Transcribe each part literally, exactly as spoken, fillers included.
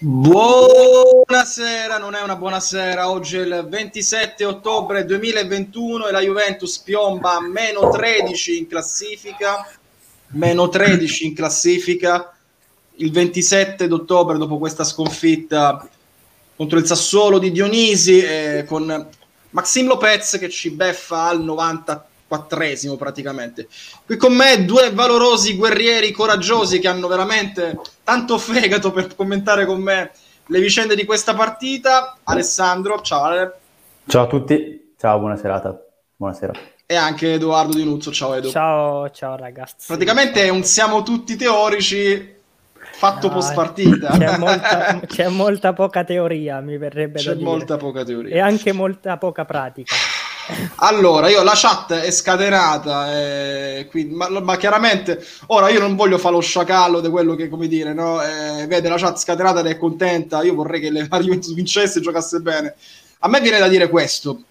Buonasera, non è una buonasera, oggi è il ventisette ottobre duemilaventuno e la Juventus piomba a meno tredici in classifica, meno tredici in classifica, il ventisette d'ottobre dopo questa sconfitta contro il Sassuolo di Dionisi, eh, con Maxime Lopez che ci beffa al novantaquattresimo praticamente. Qui con me due valorosi guerrieri coraggiosi che hanno veramente tanto fegato per commentare con me le vicende di questa partita. Alessandro, ciao Ale. Ciao a tutti, ciao, buona serata. Buonasera. E anche Edoardo Di Nuzzo, ciao Edo. Ciao, ciao ragazzi. Praticamente ciao. è un siamo tutti teorici fatto No, post partita. C'è molta, c'è molta poca teoria, mi verrebbe C'è da dire. molta poca teoria. E anche molta poca pratica. Allora, io la chat è scatenata, eh, quindi, ma, ma chiaramente ora io non voglio fare lo sciacallo di quello che, come dire, no? Eh, vede la chat scatenata ed è contenta. Io vorrei che le Juventus vincesse e giocasse bene. A me viene da dire questo,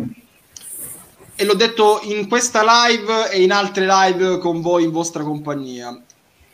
e l'ho detto in questa live e in altre live con voi in vostra compagnia.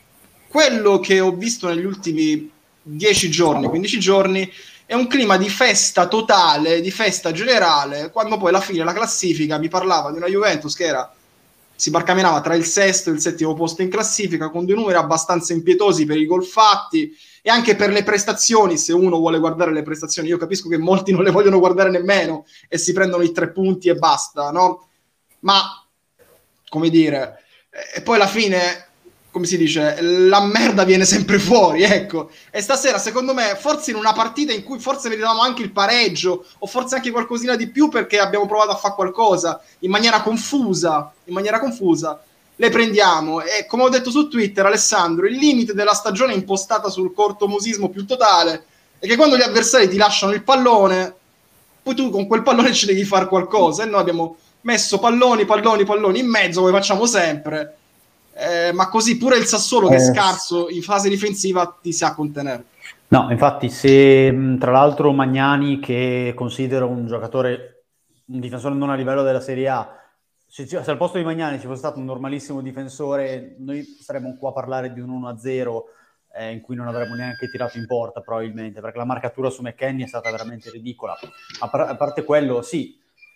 Quello che ho visto negli ultimi dieci giorni, quindici giorni, è un clima di festa totale, di festa generale, quando poi alla fine la classifica mi parlava di una Juventus che era, si barcamenava tra il sesto e il settimo posto in classifica, con dei numeri abbastanza impietosi per i gol fatti e anche per le prestazioni. Se uno vuole guardare le prestazioni, io capisco che molti non le vogliono guardare nemmeno e si prendono i tre punti e basta, no? Ma, come dire, e poi alla fine, come si dice, la merda viene sempre fuori, ecco. E stasera, secondo me, forse in una partita in cui forse meritavamo anche il pareggio, o forse anche qualcosina di più, perché abbiamo provato a fare qualcosa in maniera confusa, in maniera confusa, le prendiamo. E come ho detto su Twitter, Alessandro, il limite della stagione è impostata sul cortomusismo più totale, è che quando gli avversari ti lasciano il pallone, poi tu con quel pallone ci devi fare qualcosa, e noi abbiamo messo palloni, palloni, palloni in mezzo, come facciamo sempre. Eh, ma così pure il Sassuolo, che è scarso in fase difensiva, ti sa contenere. No, infatti, se tra l'altro Magnani, che considero un giocatore, un difensore non a livello della Serie A, se, se al posto di Magnani ci fosse stato un normalissimo difensore, noi saremmo qua a parlare di un uno a zero eh, in cui non avremmo neanche tirato in porta probabilmente, perché la marcatura su McKennie è stata veramente ridicola. A, par- a parte quello, sì,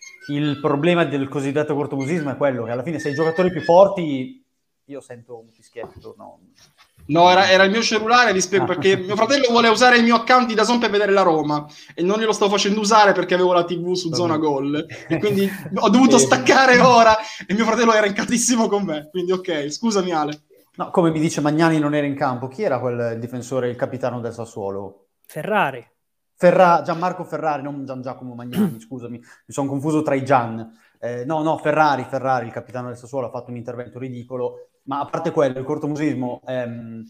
il problema del cosiddetto cortomusismo è quello che alla fine se i giocatori più forti, io sento un fischietto, no? No, era, era il mio cellulare, vi spiego, perché mio fratello vuole usare il mio account di DAZN per vedere la Roma e non glielo sto facendo usare perché avevo la tivù su Zona Gol e quindi ho dovuto staccare ora e mio fratello era incatissimo con me, quindi ok, scusami Ale. No, come mi dice Magnani non era in campo, chi era quel difensore, il capitano del Sassuolo? Ferrari. Ferra- Gianmarco Ferrari, non Gian Giacomo Magnani, scusami, mi sono confuso tra i Gian. Eh, no, no, Ferrari, Ferrari, il capitano del Sassuolo, ha fatto un intervento ridicolo, ma a parte quello, il cortomusismo ehm,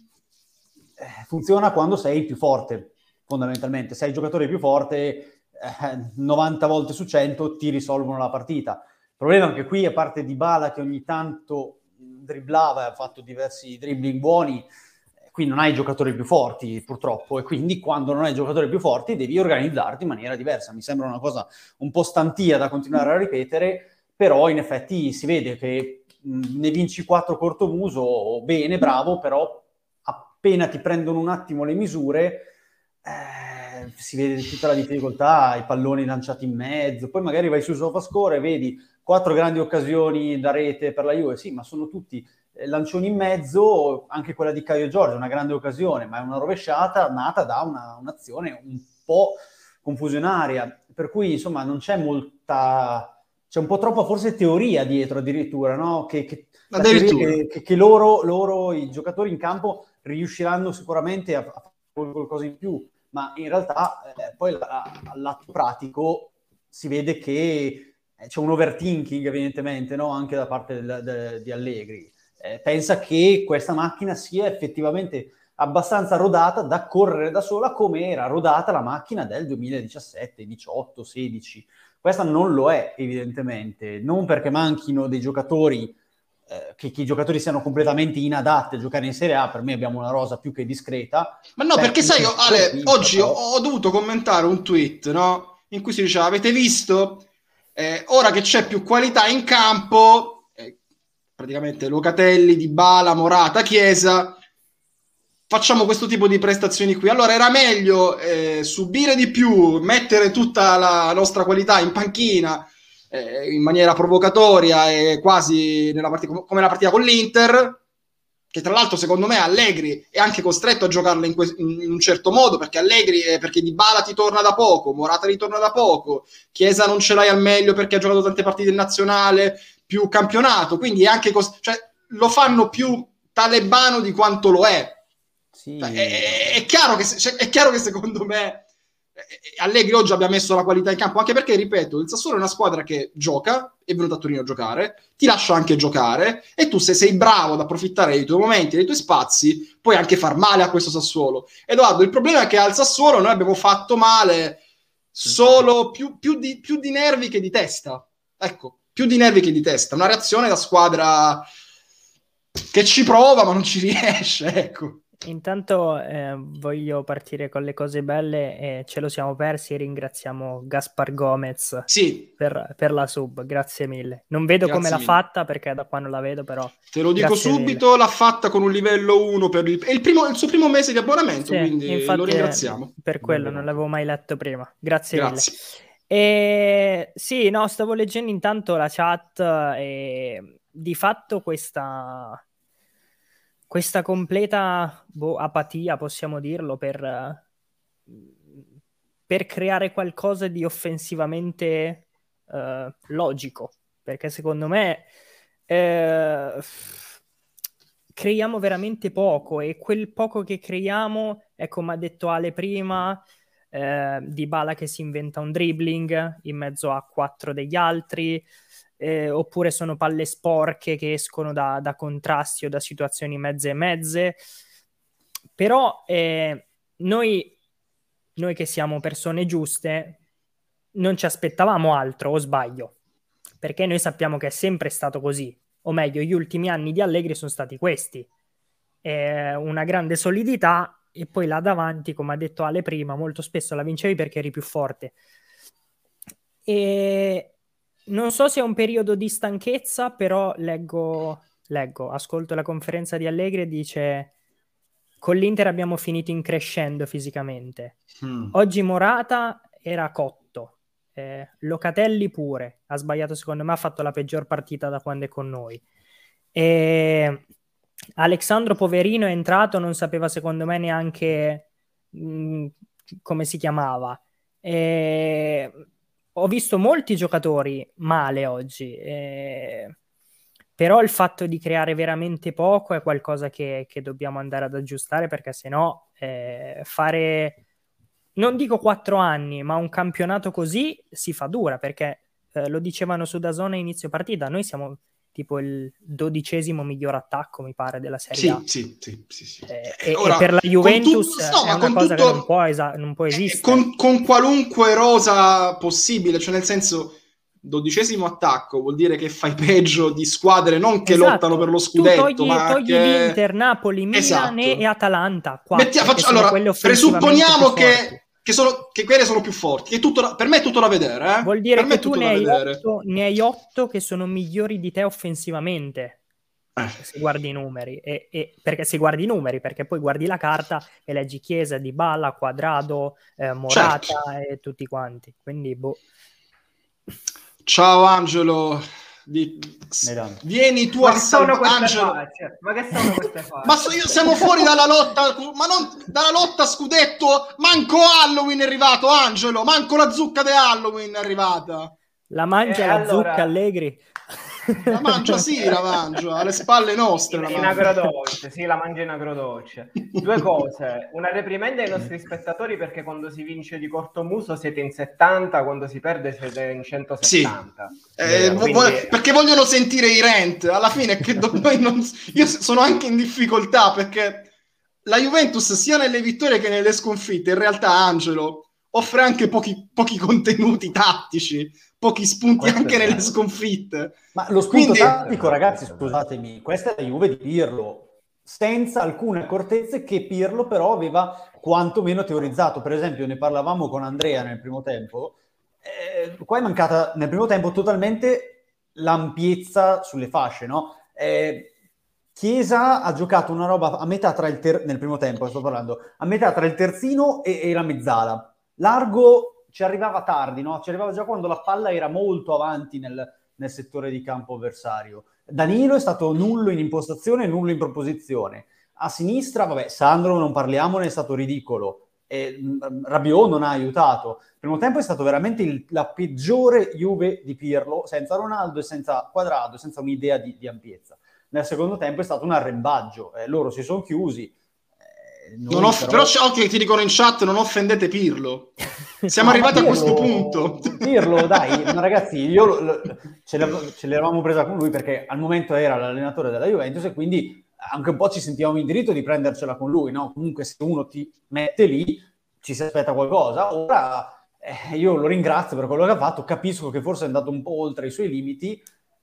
eh, funziona quando sei più forte, fondamentalmente. Sei il giocatore più forte, eh, novanta volte su cento ti risolvono la partita. Il problema è che qui, a parte Dybala che ogni tanto dribblava e ha fatto diversi dribbling buoni, qui non hai giocatori più forti purtroppo, e quindi quando non hai giocatori più forti devi organizzarti in maniera diversa. Mi sembra una cosa un po' stantia da continuare a ripetere, però in effetti si vede che mh, ne vinci quattro cortomuso, bene, bravo, però appena ti prendono un attimo le misure eh, si vede tutta la difficoltà, i palloni lanciati in mezzo, poi magari vai su SofaScore e vedi quattro grandi occasioni da rete per la Juve, sì, ma sono tutti lancioni in mezzo, anche quella di Caio Giorgio, una grande occasione, ma è una rovesciata nata da una, un'azione un po' confusionaria, per cui insomma non c'è molta, c'è un po' troppa forse teoria dietro addirittura, no? Che, che, la teoria che, che, che loro, loro, i giocatori in campo, riusciranno sicuramente a, a fare qualcosa in più, ma in realtà eh, poi all'atto pratico si vede che c'è un overthinking evidentemente, no? Anche da parte del, de, di Allegri. Eh, pensa che questa macchina sia effettivamente abbastanza rodata da correre da sola come era rodata la macchina del duemiladiciassette, diciotto, sedici. Questa non lo è evidentemente, non perché manchino dei giocatori, eh, che, che i giocatori siano completamente inadatti a giocare in Serie A. Per me abbiamo una rosa più che discreta. Ma no, perché sai, io, Ale, vinta, oggi però... ho, ho dovuto commentare un tweet, no? In cui si diceva, avete visto? Eh, ora che c'è più qualità in campo, eh, praticamente Locatelli, Dybala, Morata, Chiesa, facciamo questo tipo di prestazioni qui. Allora era meglio eh, subire di più, mettere tutta la nostra qualità in panchina eh, in maniera provocatoria e quasi nella partita, come la partita con l'Inter, che tra l'altro secondo me Allegri è anche costretto a giocarla in, que- in un certo modo, perché Allegri è perché Dybala ti torna da poco, Morata ritorna da poco, Chiesa non ce l'hai al meglio perché ha giocato tante partite in nazionale, più campionato, quindi è anche cost- cioè, lo fanno più talebano di quanto lo è. Sì. Cioè, è, è, chiaro che, cioè, è chiaro che secondo me Allegri oggi abbia messo la qualità in campo, anche perché, ripeto, il Sassuolo è una squadra che gioca, è venuta a Torino a giocare, ti lascia anche giocare, e tu se sei bravo ad approfittare dei tuoi momenti, dei tuoi spazi, puoi anche far male a questo Sassuolo. Edoardo, il problema è che al Sassuolo noi abbiamo fatto male solo più, più, di, più di nervi che di testa. Ecco, più di nervi che di testa. Una reazione da squadra che ci prova ma non ci riesce, ecco. Intanto eh, voglio partire con le cose belle e ce lo siamo persi e ringraziamo Gaspar Gomez sì. per, per la sub, grazie mille. Non vedo Grazie come mille. l'ha fatta perché da qua non la vedo, però te lo dico subito, mille. L'ha fatta con un livello uno per il, è il, primo, il suo primo mese di abbonamento, sì, quindi infatti lo ringraziamo. Per quello non l'avevo mai letto prima, grazie, grazie. mille. E, sì, no, stavo leggendo intanto la chat e di fatto questa... questa completa boh, apatia, possiamo dirlo, per, per creare qualcosa di offensivamente uh, logico, perché secondo me eh, creiamo veramente poco, e quel poco che creiamo è, come ha detto Ale prima, eh, Dybala che si inventa un dribbling in mezzo a quattro degli altri, Eh, oppure sono palle sporche che escono da, da contrasti o da situazioni mezze e mezze. Però eh, noi, noi che siamo persone giuste non ci aspettavamo altro, o sbaglio? Perché noi sappiamo che è sempre stato così, o meglio gli ultimi anni di Allegri sono stati questi, eh, una grande solidità, e poi là davanti, come ha detto Ale prima, molto spesso la vincevi perché eri più forte. E non so se è un periodo di stanchezza, però leggo, leggo, ascolto la conferenza di Allegri e dice: con l'Inter abbiamo finito in crescendo fisicamente. Mm. Oggi Morata era cotto, eh, Locatelli pure, ha sbagliato secondo me, ha fatto la peggior partita da quando è con noi. E Alexandro poverino è entrato, non sapeva secondo me neanche mh, come si chiamava. E ho visto molti giocatori male oggi, eh, però il fatto di creare veramente poco è qualcosa che, che dobbiamo andare ad aggiustare, perché sennò eh, fare, non dico quattro anni, ma un campionato così si fa dura, perché eh, lo dicevano su DAZN a inizio partita, noi siamo tipo il dodicesimo miglior attacco, mi pare, della Serie A. Sì, sì, sì, sì. Eh, e, Ora, e per la Juventus tu... no, è una cosa tutto... che non può, esa... non può esistere. Con, con qualunque rosa possibile, cioè nel senso, dodicesimo attacco vuol dire che fai peggio di squadre non che esatto. lottano per lo scudetto, tu togli, ma togli che... l'Inter, Napoli, Milan esatto. e Atalanta. Quattro, Mettia, faccio, allora, presupponiamo che... Che, sono, che quelle sono più forti, che tutto da, per me è tutto da vedere. Eh? Vuol dire per che me tu ne hai, otto, ne hai otto che sono migliori di te offensivamente, eh. se guardi i numeri. E, e, perché se guardi i numeri, perché poi guardi la carta e leggi Chiesa, Dybala, Quadrado, eh, Morata certo. e tutti quanti. Quindi, boh. Ciao Angelo. Di... vieni tu ma a salvare Angelo. Facce? Ma che sono queste facce? Ma so io siamo fuori dalla lotta, ma non dalla lotta scudetto. Manco Halloween è arrivato, Angelo. Manco la zucca di Halloween è arrivata. La mangia eh, la allora... zucca Allegri. La mangia sì, la mangia alle spalle nostre. In, in agrodolce, sì, la mangia in agrodolce. Due cose: una reprimenda ai nostri spettatori, perché quando si vince di cortomuso siete in settanta, quando si perde siete in centosettanta. Sì. Eh, quindi... vo- perché vogliono sentire i rant. Alla fine che do- noi non... io sono anche in difficoltà, perché la Juventus sia nelle vittorie che nelle sconfitte in realtà, Angelo, offre anche pochi, pochi contenuti tattici, pochi spunti questo anche nelle sconfitte. Ma lo spunto Quindi... tattico, ragazzi, scusatemi, questa è la Juve di Pirlo, senza alcune accortezze che Pirlo però aveva quantomeno teorizzato. Per esempio, ne parlavamo con Andrea nel primo tempo, eh, qua è mancata nel primo tempo totalmente l'ampiezza sulle fasce, no? Eh, Chiesa ha giocato una roba a metà tra il ter- nel primo tempo, sto parlando, a metà tra il terzino e, e la mezzala. Largo ci arrivava tardi, no? Ci arrivava già quando la palla era molto avanti nel, nel settore di campo avversario. Danilo è stato nullo in impostazione e nullo in proposizione. A sinistra, vabbè, Sandro non parliamone, è stato ridicolo. E Rabiot non ha aiutato. Il primo tempo è stato veramente il, la peggiore Juve di Pirlo, senza Ronaldo e senza Quadrado, senza un'idea di, di ampiezza. Nel secondo tempo è stato un arrembaggio, eh, loro si sono chiusi. Eh, non off- però, però occhio che ti dicono in chat, non offendete Pirlo. Siamo no, arrivati Pirlo, a questo punto. Pirlo, dai, ma ragazzi, io lo, lo, ce, ce l'eravamo presa con lui perché al momento era l'allenatore della Juventus e quindi anche un po' ci sentivamo in diritto di prendercela con lui, no? Comunque se uno ti mette lì, ci si aspetta qualcosa. Ora eh, io lo ringrazio per quello che ha fatto, capisco che forse è andato un po' oltre i suoi limiti,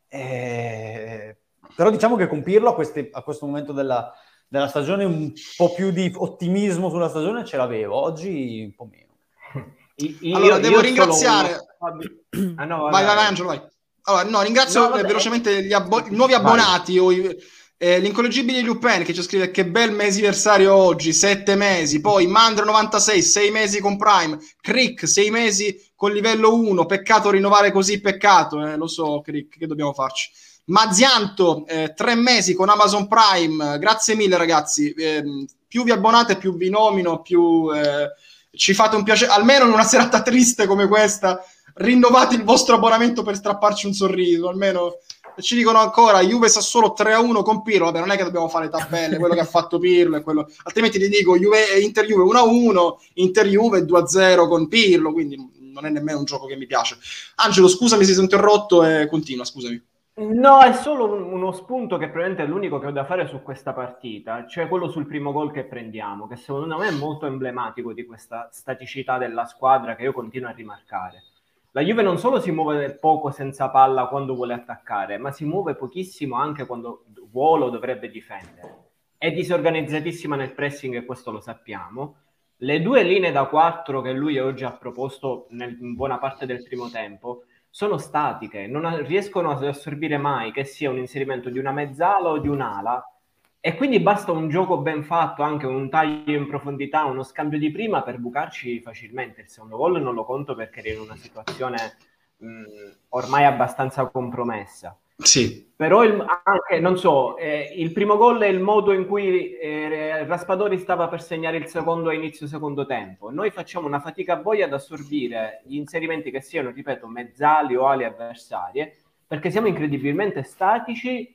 eh, però diciamo che con Pirlo a, queste, a questo momento della, della stagione un po' più di ottimismo sulla stagione ce l'avevo, oggi un po' meno. Io, allora io devo ringraziare uno... ah, no, vai vai vai Angelo vai. Allora, no, ringrazio no, velocemente gli abbo... nuovi abbonati o i... eh, l'incorreggibile Lupin che ci scrive che bel mesiversario oggi, sette mesi, poi Mandro novantasei, sei mesi con Prime, Crick sei mesi con livello uno, peccato rinnovare così, peccato, eh, lo so Crick, che dobbiamo farci. Mazianto, eh, tre mesi con Amazon Prime, grazie mille ragazzi, eh, più vi abbonate più vi nomino, più eh, ci fate un piacere, almeno in una serata triste come questa, rinnovate il vostro abbonamento per strapparci un sorriso, almeno ci dicono ancora Juve Sassuolo tre a uno con Pirlo, vabbè non è che dobbiamo fare tabelle, quello che ha fatto Pirlo e quello, altrimenti ti dico Juve, Inter Juve uno a uno, Inter Juve due a zero con Pirlo, quindi non è nemmeno un gioco che mi piace. Angelo, scusami se sei interrotto e continua, scusami. No, è solo un, uno spunto che probabilmente è l'unico che ho da fare su questa partita, cioè quello sul primo gol che prendiamo, che secondo me è molto emblematico di questa staticità della squadra che io continuo a rimarcare. La Juve non solo si muove poco senza palla quando vuole attaccare, ma si muove pochissimo anche quando vuole o dovrebbe difendere. È disorganizzatissima nel pressing e questo lo sappiamo. Le due linee da quattro che lui oggi ha proposto nel, in buona parte del primo tempo sono statiche, non riescono ad assorbire mai che sia un inserimento di una mezzala o di un'ala, e quindi basta un gioco ben fatto, anche un taglio in profondità, uno scambio di prima per bucarci facilmente. Il secondo gol non lo conto perché era in una situazione mh, ormai abbastanza compromessa. Sì. Però il, anche, non so, eh, il primo gol è il modo in cui eh, Raspadori stava per segnare il secondo a inizio secondo tempo. Noi facciamo una fatica a boia ad assorbire gli inserimenti che siano, ripeto, mezzali o ali avversarie, perché siamo incredibilmente statici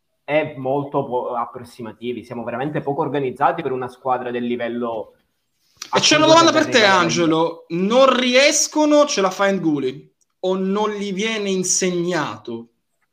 e molto po- approssimativi. Siamo veramente poco organizzati per una squadra del livello... E c'è una domanda per te, Angelo. Non riescono, ce la fa N'Guli? O non gli viene insegnato?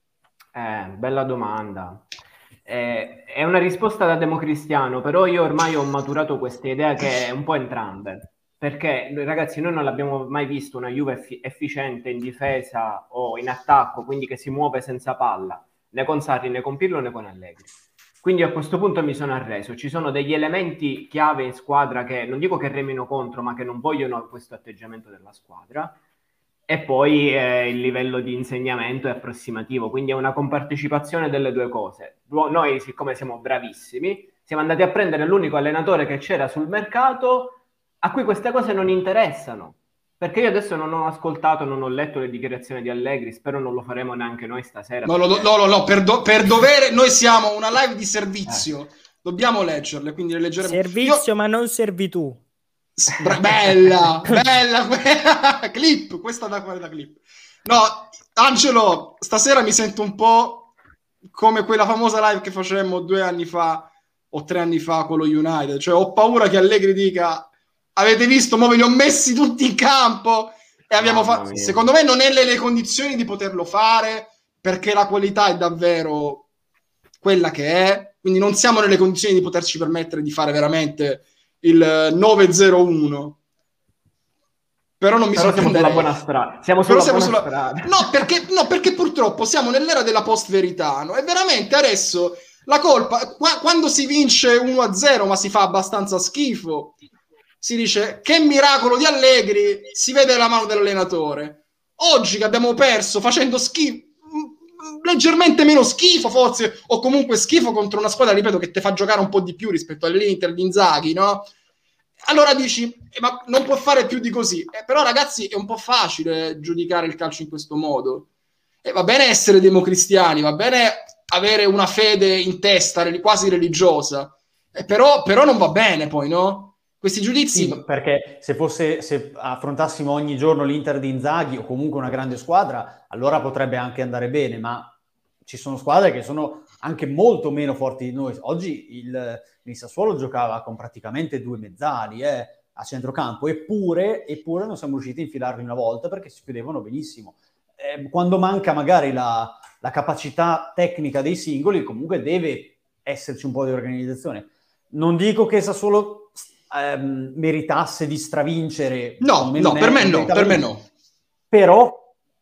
Eh, bella domanda. Eh, è una risposta da democristiano, però io ormai ho maturato questa idea che è un po' entrambe. Perché, ragazzi, noi non l'abbiamo mai visto una Juve effi- efficiente in difesa o in attacco, quindi che si muove senza palla, né con Sarri, né con Pirlo, né con Allegri. Quindi a questo punto mi sono arreso. Ci sono degli elementi chiave in squadra che, non dico che remino contro, ma che non vogliono questo atteggiamento della squadra. E poi eh, il livello di insegnamento è approssimativo, quindi è una compartecipazione delle due cose. Noi, siccome siamo bravissimi, siamo andati a prendere l'unico allenatore che c'era sul mercato a cui queste cose non interessano. Perché io adesso non ho ascoltato, non ho letto le dichiarazioni di Allegri, spero non lo faremo neanche noi stasera. No, perché... no, no, no, per, do- per dovere, noi siamo una live di servizio, eh. dobbiamo leggerle, quindi le leggeremo. Servizio, io... ma non servitù. Bella, bella clip, questa da quella clip. No, Angelo, stasera mi sento un po' come quella famosa live che facemmo due anni fa o tre anni fa con lo United, cioè ho paura che Allegri dica avete visto, mo ve li ho messi tutti in campo e abbiamo fatto, secondo me non è nelle condizioni di poterlo fare perché la qualità è davvero quella che è, quindi non siamo nelle condizioni di poterci permettere di fare veramente il nove zero uno, però non mi però siamo sulla buona strada, siamo sulla siamo buona sulla... strada. No, perché, no, perché purtroppo siamo nell'era della post-verità, no? E veramente adesso la colpa, qua, quando si vince uno a zero ma si fa abbastanza schifo, si dice che miracolo di Allegri, si vede la mano dell'allenatore. Oggi che abbiamo perso facendo schifo, leggermente meno schifo forse, o comunque schifo contro una squadra, ripeto, che ti fa giocare un po' di più rispetto all'Inter, gli Inzaghi, no? Allora dici, eh, ma non può fare più di così. Eh, però ragazzi è un po' facile giudicare il calcio in questo modo. Eh, va bene essere democristiani, va bene avere una fede in testa quasi religiosa, eh, però, però non va bene poi, no? Questi giudizi... Sì, perché se fosse se affrontassimo ogni giorno l'Inter di Inzaghi o comunque una grande squadra, allora potrebbe anche andare bene, ma ci sono squadre che sono anche molto meno forti di noi. Oggi il, il Sassuolo giocava con praticamente due mezzali eh, a centrocampo, eppure, eppure non siamo riusciti a infilarli una volta perché si chiudevano benissimo. Eh, quando manca magari la, la capacità tecnica dei singoli, comunque deve esserci un po' di organizzazione. Non dico che Sassuolo ehm, meritasse di stravincere. No, no, per me no, per me no. Però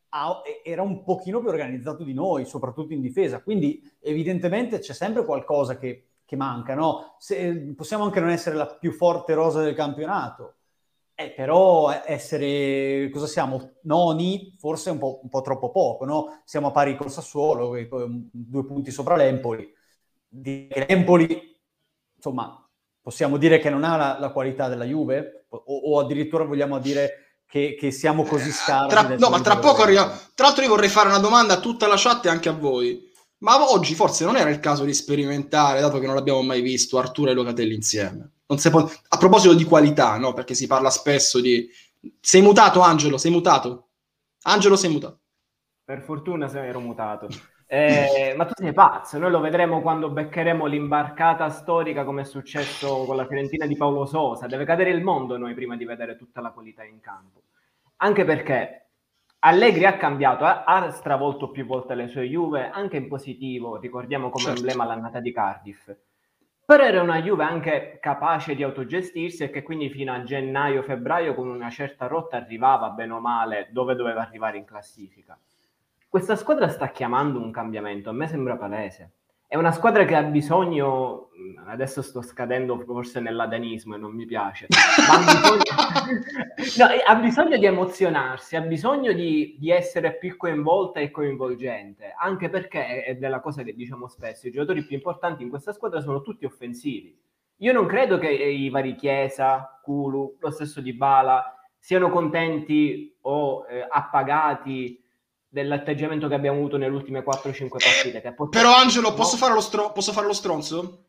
era un pochino più organizzato di noi, soprattutto in difesa, quindi evidentemente c'è sempre qualcosa che, che manca, no? Se, possiamo anche non essere la più forte rosa del campionato, eh, però essere, cosa siamo? Noni, forse è un po', un po' troppo poco, no? Siamo a pari col Sassuolo, due punti sopra l'Empoli. Di Empoli, insomma, possiamo dire che non ha la, la qualità della Juve? O, o addirittura vogliamo dire... Che, che siamo così scarsi. Tra, no, ma tra poco arriviamo. Tra l'altro io vorrei fare una domanda a tutta la chat e anche a voi. Ma oggi forse non era il caso di sperimentare, dato che non l'abbiamo mai visto, Arturo e Locatelli insieme? Non si può... A proposito di qualità, no? Perché si parla spesso di... Sei mutato, Angelo? Sei mutato? Angelo, sei mutato? Per fortuna se ero mutato. Eh, ma tu sei pazzo, noi lo vedremo quando beccheremo l'imbarcata storica come è successo con la Fiorentina di Paulo Sosa. Deve cadere il mondo noi prima di vedere tutta la qualità in campo, anche perché Allegri ha cambiato, ha, ha stravolto più volte le sue Juve, anche in positivo, ricordiamo come certo. emblema l'annata di Cardiff, però era una Juve anche capace di autogestirsi e che quindi fino a gennaio-febbraio con una certa rotta arrivava bene o male dove doveva arrivare in classifica. Questa squadra sta chiamando un cambiamento, a me sembra palese. È una squadra che ha bisogno, adesso sto scadendo forse nell'adanismo e non mi piace, ma ha bisogno, no, ha bisogno di emozionarsi, ha bisogno di, di essere più coinvolta e coinvolgente, anche perché, è della cosa che diciamo spesso, i giocatori più importanti in questa squadra sono tutti offensivi. Io non credo che i vari Chiesa, Kulu, lo stesso Dybala siano contenti o eh, appagati dell'atteggiamento che abbiamo avuto nelle ultime quattro cinque partite. Che portato... Però Angelo, no? posso, fare lo stro- posso fare lo stronzo?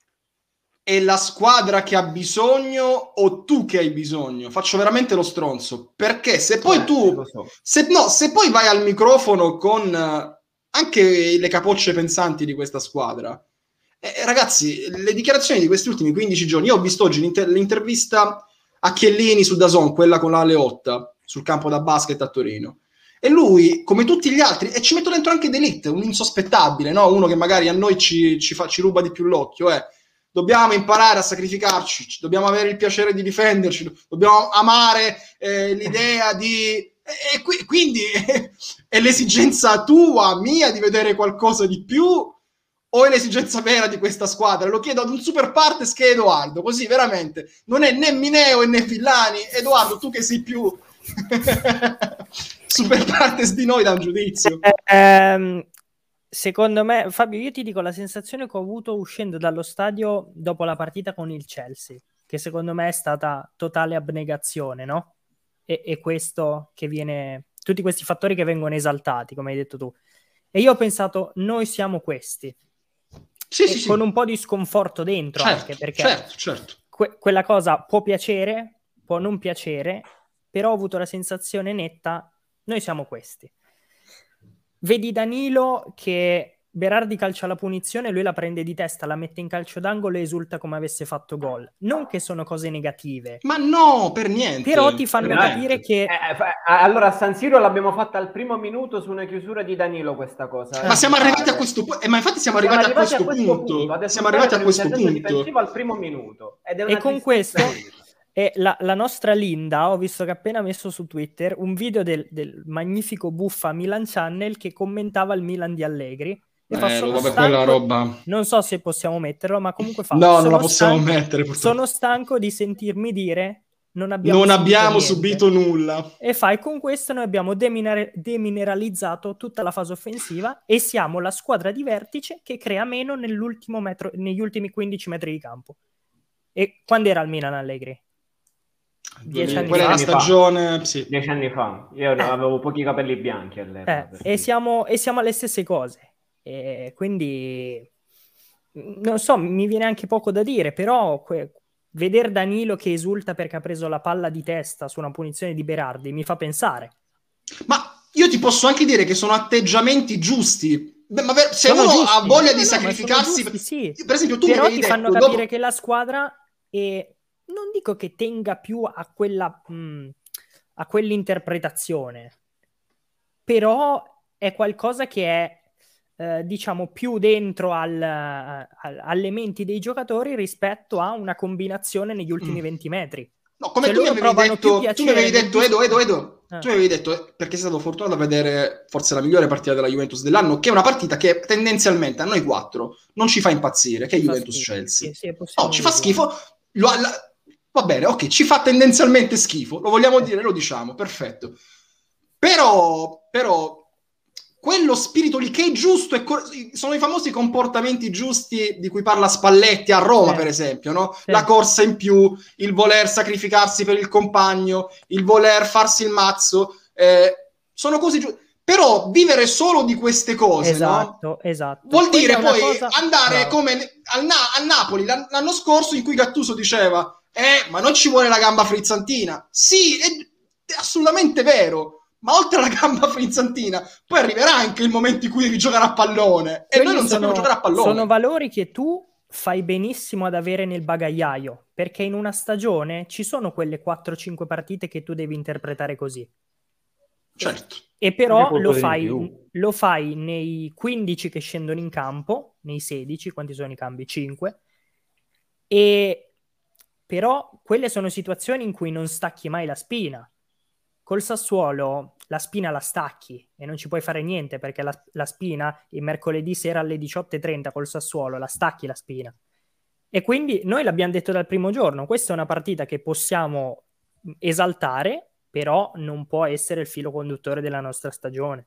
È la squadra che ha bisogno o tu che hai bisogno? Faccio veramente lo stronzo. Perché se poi eh, tu... So. Se, no, se poi vai al microfono con uh, anche le capocce pensanti di questa squadra... Eh, ragazzi, le dichiarazioni di questi ultimi quindici giorni... Io ho visto oggi l'inter- l'intervista a Chiellini su D A Z N, quella con la Leotta, sul campo da basket a Torino. E lui, come tutti gli altri, e ci metto dentro anche De Ligt, un insospettabile, no? Uno che magari a noi ci, ci, fa, ci ruba di più l'occhio, eh. Dobbiamo imparare a sacrificarci, dobbiamo avere il piacere di difenderci, dobbiamo amare eh, l'idea di... E qui, quindi è l'esigenza tua, mia, di vedere qualcosa di più, o è l'esigenza vera di questa squadra? Lo chiedo ad un super partes che è Edoardo, così veramente. Non è né Mineo né Villani. Edoardo, tu che sei più... super partes di noi da un giudizio. Eh, ehm, secondo me, Fabio, io ti dico la sensazione che ho avuto uscendo dallo stadio dopo la partita con il Chelsea, che secondo me è stata totale abnegazione, no? E, e questo che viene, tutti questi fattori che vengono esaltati, come hai detto tu. E io ho pensato, noi siamo questi. Sì, sì, con sì. un po' di sconforto dentro, certo, anche perché certo, certo. Que- quella cosa può piacere, può non piacere, però ho avuto la sensazione netta, noi siamo questi. Vedi Danilo che Berardi calcia la punizione, lui la prende di testa, la mette in calcio d'angolo e esulta come avesse fatto gol. Non che sono cose negative. Ma no, per niente. Però ti fanno Veramente. capire che... Eh, eh, allora a San Siro l'abbiamo fatta al primo minuto su una chiusura di Danilo questa cosa. Ma eh. siamo arrivati a questo punto. Eh, ma infatti siamo, siamo arrivati, arrivati a questo, a questo punto. punto. Adesso siamo arrivati a questo punto. Difensivo al primo minuto. Ed è una e con questo... E la, la nostra Linda, ho visto che ha appena messo su Twitter un video del, del magnifico buffa Milan Channel che commentava il Milan di Allegri. E eh, fa, sono vabbè, stanco, quella roba. Non so se possiamo metterlo, ma comunque fa. No, non la possiamo stanco, mettere. Purtroppo. Sono stanco di sentirmi dire non abbiamo, non subito, abbiamo niente. subito nulla. E fai con questo noi abbiamo deminer- demineralizzato tutta la fase offensiva e siamo la squadra di vertice che crea meno nell'ultimo metro, negli ultimi quindici metri di campo. E quando era il Milan Allegri? Dieci anni Quella fa. è la stagione, sì. Dieci anni fa. Io Eh. avevo pochi capelli bianchi all'epoca. Eh, per e, dire. siamo, e siamo alle stesse cose. E quindi non so, mi viene anche poco da dire, però que- vedere Danilo che esulta perché ha preso la palla di testa su una punizione di Berardi mi fa pensare. Ma io ti posso anche dire che sono atteggiamenti giusti. Beh, ma ver- se Sono uno giusti. ha voglia No, di no, ma sacrificarsi, sono giusti, sì. per esempio, tu mi Però avevi ti fanno detto capire dopo- che la squadra è... non dico che tenga più a quella mh, a quell'interpretazione, però è qualcosa che è eh, diciamo più dentro al, al, alle menti dei giocatori rispetto a una combinazione negli ultimi Mm. venti metri. No, come Cioè, tu mi loro avevi provano più detto, tu mi piacere avevi nel detto, dis- Edo, Edo, Edo, Eh. tu mi avevi detto, eh, perché sei stato fortunato a vedere forse la migliore partita della Juventus dell'anno, che è una partita che tendenzialmente a noi quattro non ci fa impazzire, che è Ci fa Juventus-Chelsea. schifo. Sì, sì, possiamo No, ci fa dirlo. schifo. Lo- la- va bene, ok, ci fa tendenzialmente schifo, lo vogliamo dire, lo diciamo, perfetto. Però, però, quello spirito lì che è giusto, è cor- sono i famosi comportamenti giusti di cui parla Spalletti a Roma, Sì. per esempio, no? Sì. La corsa in più, il voler sacrificarsi per il compagno, il voler farsi il mazzo, eh, sono cose giuste. Però vivere solo di queste cose, Esatto, no? esatto. Vuol Quella dire è una poi cosa- andare Bravo. come al Na- a Napoli l'an- l'anno scorso, in cui Gattuso diceva eh, ma non ci vuole la gamba frizzantina. Sì, è, è assolutamente vero. Ma oltre alla gamba frizzantina, poi arriverà anche il momento in cui devi giocare a pallone. E Quelli noi non sono, sappiamo giocare a pallone. sono valori che tu fai benissimo ad avere nel bagagliaio, perché in una stagione ci sono quelle quattro cinque partite che tu devi interpretare così. Certo. E però Anche lo qualcosa di fai, più. lo fai nei quindici che scendono in campo, nei sedici, quanti sono i cambi? cinque. E però quelle sono situazioni in cui non stacchi mai la spina. Col Sassuolo la spina la stacchi e non ci puoi fare niente, perché la, la spina il mercoledì sera alle diciotto e trenta col Sassuolo la stacchi la spina. E quindi noi l'abbiamo detto dal primo giorno, questa è una partita che possiamo esaltare, però non può essere il filo conduttore della nostra stagione.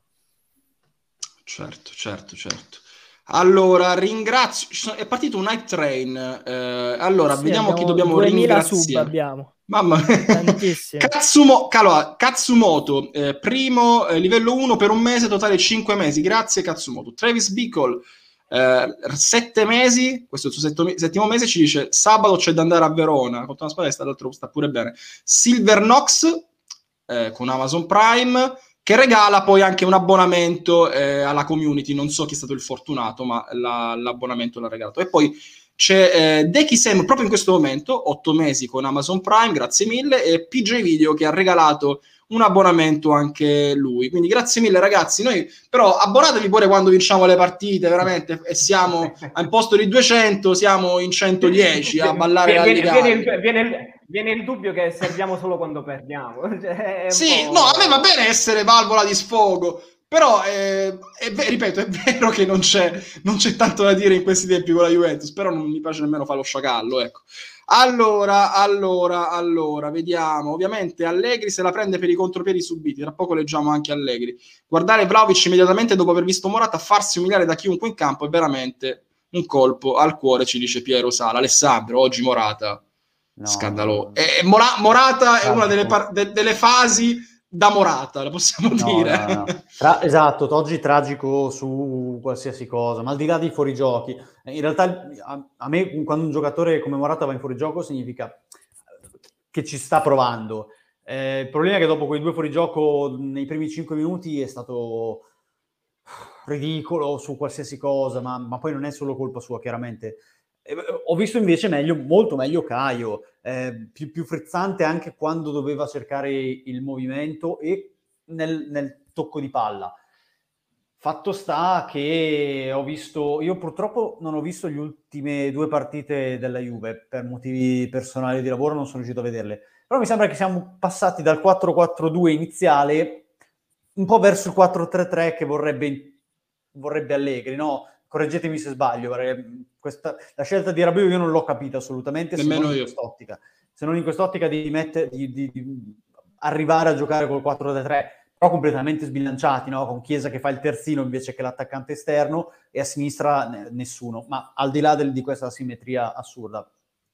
Certo, certo, certo. Allora, ringrazio. ci sono- È partito un hype train. eh, allora, Sì, vediamo chi abbiamo dobbiamo duemila sub ringraziare. abbiamo. Mamma mia. Tantissimi. Katsumo- allora, Katsumoto, eh, primo eh, livello uno per un mese, totale cinque mesi. Grazie, Katsumoto. Travis Bickle, eh, sette mesi. Questo è il suo setto- settimo mese. Ci dice: sabato c'è da andare a Verona. Contro una squadra che sta, l'altro sta pure bene. Silver Knox, eh, con Amazon Prime, che regala poi anche un abbonamento eh, alla community. Non so chi è stato il fortunato, ma la, l'abbonamento l'ha regalato. E poi c'è eh, Deki Sam proprio in questo momento, otto mesi con Amazon Prime, grazie mille, e P J Video che ha regalato un abbonamento anche lui. Quindi grazie mille ragazzi. Noi però abbonatevi pure quando vinciamo le partite, veramente, e siamo al posto di duecento, siamo in centodieci a ballare viene, Rally viene, il, Galli. viene, il, viene il dubbio che serviamo solo quando perdiamo. Cioè, è un Sì, po'... no, a me va bene essere valvola di sfogo, però eh, è ve- ripeto, è vero che non c'è, non c'è tanto da dire in questi tempi con la Juventus, però non mi piace nemmeno fare lo sciacallo, ecco. Allora, allora, allora, vediamo. Ovviamente Allegri se la prende per i contropiedi subiti, tra poco leggiamo anche Allegri. Guardare Vlahovic immediatamente dopo aver visto Morata farsi umiliare da chiunque in campo è veramente un colpo al cuore, ci dice Piero Sala. Alessandro, oggi Morata, No, scandalo. no. E Mora- Morata è una delle, Tragico. par- de- delle fasi da Morata, la possiamo No, dire. no, no. Tra- esatto, oggi tragico su qualsiasi cosa, ma al di là dei fuorigiochi. In realtà a, a me quando un giocatore come Morata va in fuorigioco significa che ci sta provando. Eh, il problema è che dopo quei due fuorigioco nei primi cinque minuti è stato ridicolo su qualsiasi cosa, ma, ma poi non è solo colpa sua, chiaramente. Eh, ho visto invece meglio, molto meglio Caio, eh, più, più frizzante anche quando doveva cercare il movimento e nel, nel tocco di palla. Fatto sta che ho visto, io purtroppo non ho visto le ultime due partite della Juve, per motivi personali di lavoro non sono riuscito a vederle, però mi sembra che siamo passati dal quattro quattro due iniziale un po' verso il quattro tre tre che vorrebbe, vorrebbe Allegri, no? Correggetemi se sbaglio, questa, la scelta di Rabiot io non l'ho capita assolutamente, se Nemmeno non in io. quest'ottica. se non in quest'ottica di, mette, di, di, di arrivare a giocare col quattro tre tre, però completamente sbilanciati, no? Con Chiesa che fa il terzino invece che l'attaccante esterno e a sinistra n- nessuno, ma al di là del, di questa simmetria assurda.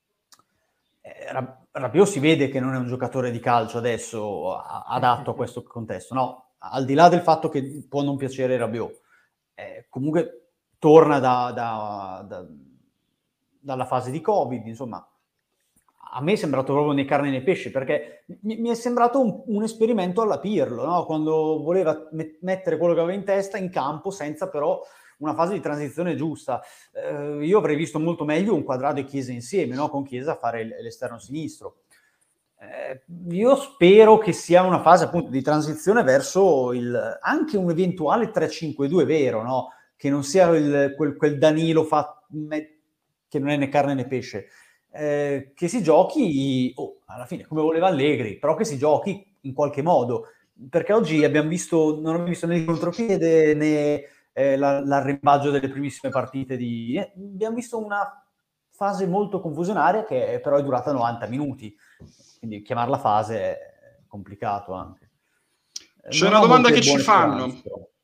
Eh, Rabiot si vede che non è un giocatore di calcio adesso a- adatto a questo contesto, no? Al di là del fatto che può non piacere Rabiot, eh, comunque torna da, da, da, dalla fase di Covid, insomma, a me è sembrato proprio né carne né pesce, perché mi, mi è sembrato un, un esperimento alla Pirlo, no? Quando voleva met- mettere quello che aveva in testa in campo senza però una fase di transizione giusta. Eh, io avrei visto molto meglio un Quadrado e Chiesa insieme, no? Con Chiesa a fare l- l'esterno sinistro. Eh, io spero che sia una fase appunto di transizione verso il, anche un eventuale tre cinque due vero, no? Che non sia il, quel, quel Danilo fa, me, che non è né carne né pesce. Eh, che si giochi oh, alla fine come voleva Allegri, però che si giochi in qualche modo, perché oggi abbiamo visto, non abbiamo visto né il contropiede né eh, la, l'arrembaggio delle primissime partite di... Eh, abbiamo visto una fase molto confusionaria che però è durata novanta minuti, quindi chiamarla fase è complicato anche. C'è non una domanda che ci fanno speranze,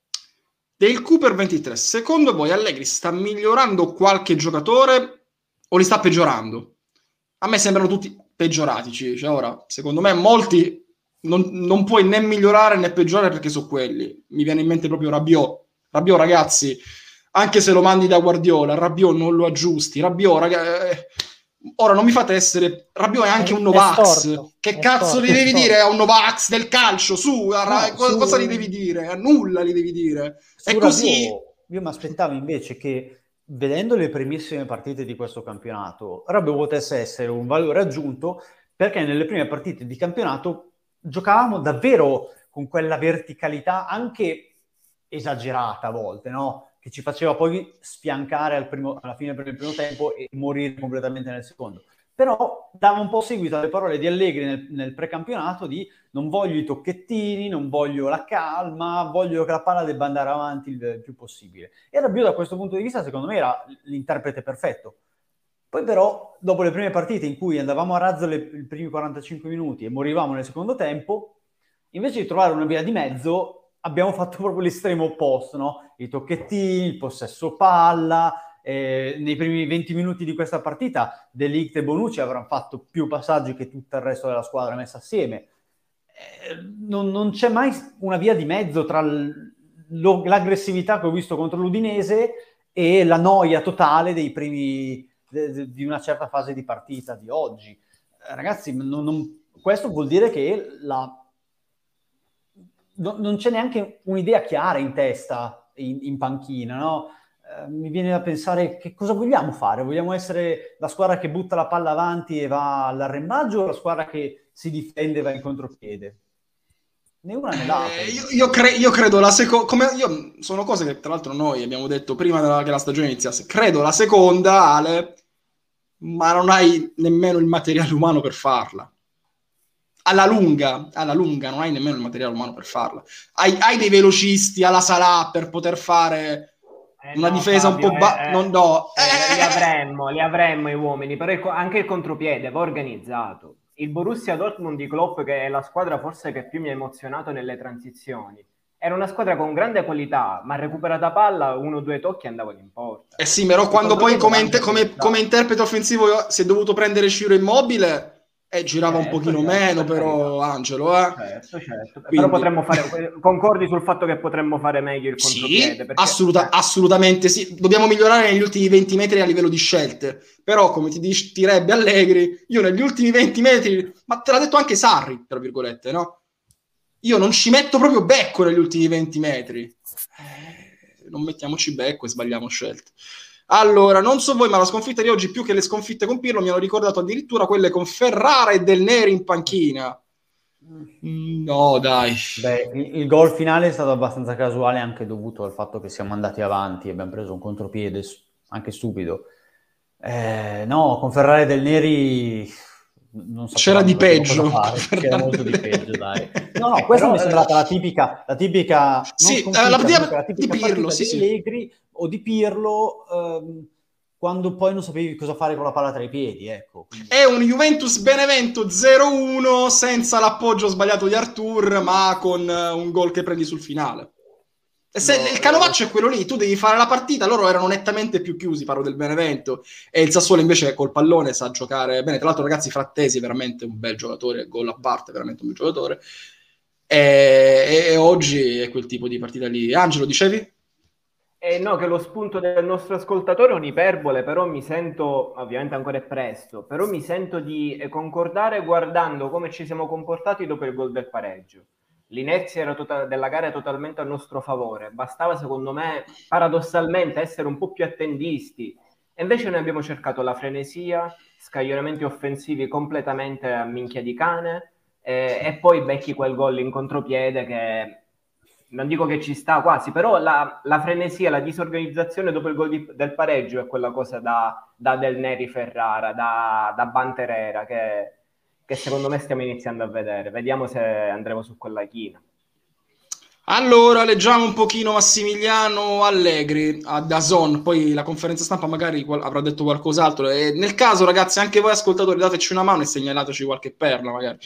del Cooper ventitré: secondo voi Allegri sta migliorando qualche giocatore o li sta peggiorando? A me sembrano tutti peggiorati, cioè, ora, secondo me molti non, non puoi né migliorare né peggiorare perché sono quelli. Mi viene in mente proprio Rabiot. Rabiot, ragazzi, anche se lo mandi da Guardiola, Rabiot non lo aggiusti. Rabiot, ragazzi, ora non mi fate essere... Rabiot è anche è, un Novax. Che cazzo storto, gli devi dire a un Novax del calcio? Su, no, ra- su cosa gli devi dire? A nulla gli devi dire. È così. Rabiot, io mi aspettavo invece che, vedendo le primissime partite di questo campionato, Rabiot potesse essere un valore aggiunto, perché nelle prime partite di campionato giocavamo davvero con quella verticalità anche esagerata a volte, no? Che ci faceva poi sfiancare al primo, alla fine del primo tempo e morire completamente nel secondo. Però dava un po' seguito alle parole di Allegri nel, nel precampionato di non voglio i tocchettini, non voglio la calma, voglio che la palla debba andare avanti il, il più possibile. E Rabiot da questo punto di vista secondo me era l'interprete perfetto. Poi però dopo le prime partite in cui andavamo a razzo le, i primi quarantacinque minuti e morivamo nel secondo tempo, invece di trovare una via di mezzo abbiamo fatto proprio l'estremo opposto, no? I tocchettini, il possesso palla. Eh, nei primi venti minuti di questa partita De Ligt e Bonucci avranno fatto più passaggi che tutto il resto della squadra messa assieme. Eh, non, non c'è mai una via di mezzo tra l- lo, l'aggressività che ho visto contro l'Udinese e la noia totale dei primi de, de, di una certa fase di partita di oggi. Eh, ragazzi, non, non, questo vuol dire che la, no, non c'è neanche un'idea chiara in testa in, in panchina, no? Mi viene da pensare che cosa vogliamo fare? Vogliamo essere la squadra che butta la palla avanti e va all'arrembaggio o la squadra che si difende e va in contropiede? Né una né l'altra. Eh, io, io, cre- io credo la seconda... Io sono cose che tra l'altro noi abbiamo detto prima della, che la stagione iniziasse. Credo la seconda, Ale, ma non hai nemmeno il materiale umano per farla. Alla lunga, alla lunga non hai nemmeno il materiale umano per farla. Hai, hai dei velocisti alla Salah per poter fare... Eh una no, difesa Fabio, un po' ba- eh, non do eh, li avremmo, li avremmo i uomini, però il, anche il contropiede va organizzato. Il Borussia Dortmund di Klopp, che è la squadra forse che più mi ha emozionato nelle transizioni, era una squadra con grande qualità, ma recuperata palla, uno o due tocchi andavano in porta. Eh sì, però il quando poi come, inter- come, come interprete offensivo si è dovuto prendere Ciro Immobile e eh, girava certo, un pochino certo, meno per però carità. Angelo eh. certo, certo. Quindi... però potremmo fare, concordi sul fatto che potremmo fare meglio il contropiede? Sì, perché... assoluta, eh. assolutamente sì, dobbiamo migliorare negli ultimi venti metri a livello di scelte, però come ti direbbe Allegri, io negli ultimi venti metri, ma te l'ha detto anche Sarri tra virgolette, no? Io non ci metto proprio becco negli ultimi venti metri, eh, non mettiamoci becco e sbagliamo scelte. Allora, non so voi, ma la sconfitta di oggi, più che le sconfitte con Pirlo, mi hanno ricordato addirittura quelle con Ferrara e Del Neri in panchina. No, dai. Beh, il, il gol finale è stato abbastanza casuale, anche dovuto al fatto che siamo andati avanti e abbiamo preso un contropiede anche stupido. Eh, no, con Ferrara e Del Neri non c'era di peggio. C'era molto di peggio, dai. No, no, questa però, mi è sembrata la tipica, la tipica, sì, la partita, la tipica di Pirlo, sì, di Allegri, sì. O di Pirlo, ehm, quando poi non sapevi cosa fare con la palla tra i piedi, ecco. Quindi... È un Juventus-Benevento zero uno senza l'appoggio sbagliato di Artur, ma con un gol che prendi sul finale. E se no, il canovaccio eh... è quello lì, tu devi fare la partita, loro erano nettamente più chiusi, parlo del Benevento, e il Sassuolo invece col pallone sa giocare bene. Tra l'altro ragazzi, Frattesi è veramente un bel giocatore, gol a parte, veramente un bel giocatore, e, e oggi è quel tipo di partita lì. Angelo, dicevi? Eh no, che lo spunto del nostro ascoltatore è un'iperbole, però mi sento, ovviamente ancora è presto, però mi sento di concordare guardando come ci siamo comportati dopo il gol del pareggio. L'inerzia era tota- della gara è totalmente a nostro favore, bastava secondo me paradossalmente essere un po' più attendisti, e invece noi abbiamo cercato la frenesia, scaglionamenti offensivi completamente a minchia di cane, eh, e poi becchi quel gol in contropiede che... non dico che ci sta quasi, però la, la frenesia, la disorganizzazione dopo il gol di, del pareggio è quella cosa da, da Del Neri Ferrara, da, da Banterera, che, che secondo me stiamo iniziando a vedere. Vediamo se andremo su quella china. Allora, leggiamo un pochino Massimiliano Allegri a D A Z N, poi la conferenza stampa magari qual- avrà detto qualcos'altro. E nel caso, ragazzi, anche voi ascoltatori, dateci una mano e segnalateci qualche perla, magari.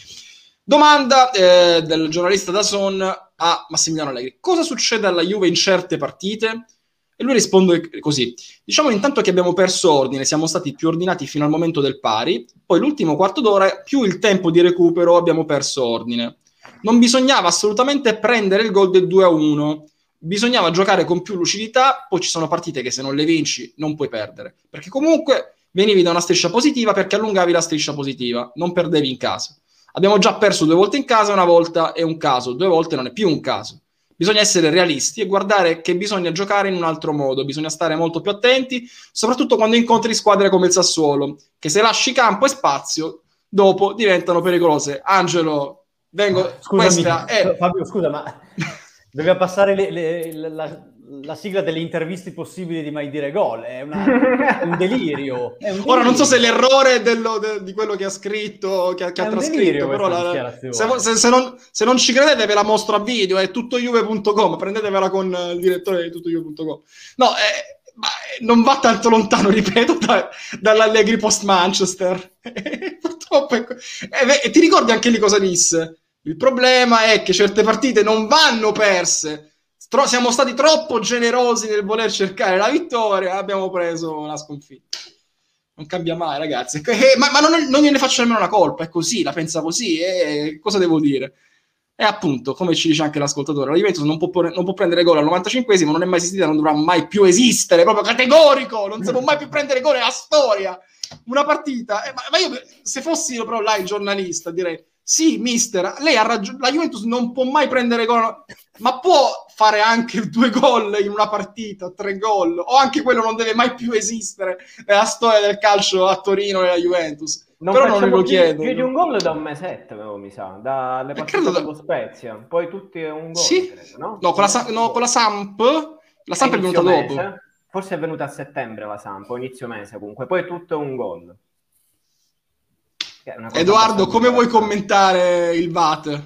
Domanda eh, del giornalista D A Z N a Massimiliano Allegri: cosa succede alla Juve in certe partite? E lui risponde così: diciamo intanto che abbiamo perso ordine, siamo stati più ordinati fino al momento del pari, poi l'ultimo quarto d'ora più il tempo di recupero abbiamo perso ordine. Non bisognava assolutamente prendere il gol del due a uno, bisognava giocare con più lucidità, poi ci sono partite che se non le vinci non puoi perdere, perché comunque venivi da una striscia positiva perché allungavi la striscia positiva, non perdevi in casa. Abbiamo già perso due volte in casa, una volta è un caso, due volte non è più un caso. Bisogna essere realisti e guardare che bisogna giocare in un altro modo, bisogna stare molto più attenti, soprattutto quando incontri squadre come il Sassuolo, che se lasci campo e spazio, dopo diventano pericolose. Angelo, vengo... Scusami, questa è... Fabio, scusa, ma doveva passare le, le, la... la sigla delle interviste possibili di Mai Dire Gol, è, una, è un delirio. È un delirio. Ora non so se l'errore dello, de, di quello che ha scritto, che, che ha trascritto, però la, se, se, se, non, se non ci credete ve la mostro a video, è tuttojuve punto com, prendetevela con il direttore di tuttojuve punto com. No, eh, ma non va tanto lontano, ripeto, da, dall'Allegri post Manchester. Purtroppo è, e, e ti ricordi anche lì cosa disse? Il problema è che certe partite non vanno perse. Tro- siamo stati troppo generosi nel voler cercare la vittoria, abbiamo preso la sconfitta. Non cambia mai, ragazzi. Eh, ma ma non, non gliene faccio nemmeno una colpa, è così, la pensa così, e cosa devo dire? E appunto, come ci dice anche l'ascoltatore, la Juventus non può, non può prendere gol al novantacinquesimo, non è mai esistita, non dovrà mai più esistere, proprio categorico, non si può mai più prendere gol nella storia. Una partita, eh, ma, ma io se fossi però là il giornalista direi: sì, mister, lei ha ragione, la Juventus non può mai prendere gol, ma può fare anche due gol in una partita, tre gol, o anche quello non deve mai più esistere nella storia del calcio a Torino e alla Juventus. Non però non lo chiedo. Più di un gol da un mesetto, mi sa, dalle partite con lo Spezia, poi tutti un gol, sì? credo, no? No, con la, no, con la Samp, la Samp è, è venuta mese. dopo. Forse è venuta a settembre la Samp, o inizio mese comunque, poi tutto è un gol. Edoardo, come vuoi commentare il V A T?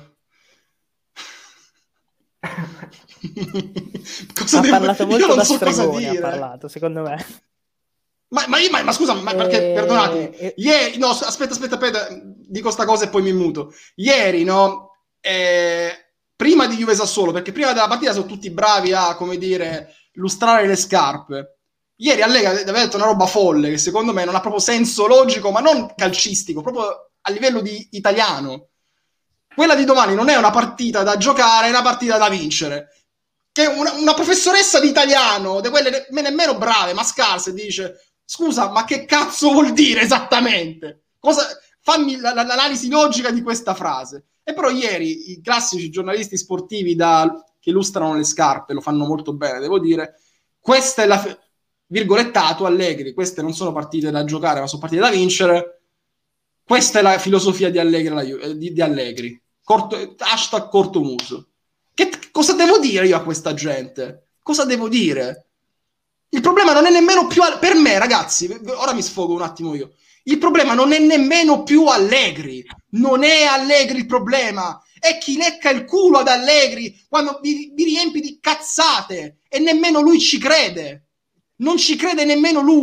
Cosa ha devo... parlato molto Io non da so stregone, cosa dire. Ha parlato, secondo me. Ma, ma, ma, ma scusa, ma, perché, e... perdonatemi, e... ieri, no, aspetta, aspetta, aspetta, dico sta cosa e poi mi muto. Ieri, no, eh, prima di Juve Sassuolo, perché prima della partita sono tutti bravi a, come dire, lustrare le scarpe. Ieri Allegri aveva detto una roba folle che secondo me non ha proprio senso logico, ma non calcistico, proprio a livello di italiano. Quella di domani non è una partita da giocare, è una partita da vincere. Che una, una professoressa di italiano, di quelle nemmeno brave, ma scarse, dice: scusa, ma che cazzo vuol dire esattamente? Cosa, fammi la, la, l'analisi logica di questa frase. E però ieri i classici giornalisti sportivi da, che illustrano le scarpe lo fanno molto bene, devo dire. Questa è la... virgolettato Allegri, queste non sono partite da giocare ma sono partite da vincere. Questa è la filosofia di Allegri, di, di Allegri. Corto, hashtag cortomuso. Che cosa devo dire io a questa gente? Cosa devo dire? Il problema non è nemmeno più per me, ragazzi, ora mi sfogo un attimo io. Il problema non è nemmeno più Allegri, non è Allegri il problema, è chi lecca il culo ad Allegri quando vi, vi riempi di cazzate e nemmeno lui ci crede. Non ci crede nemmeno lui.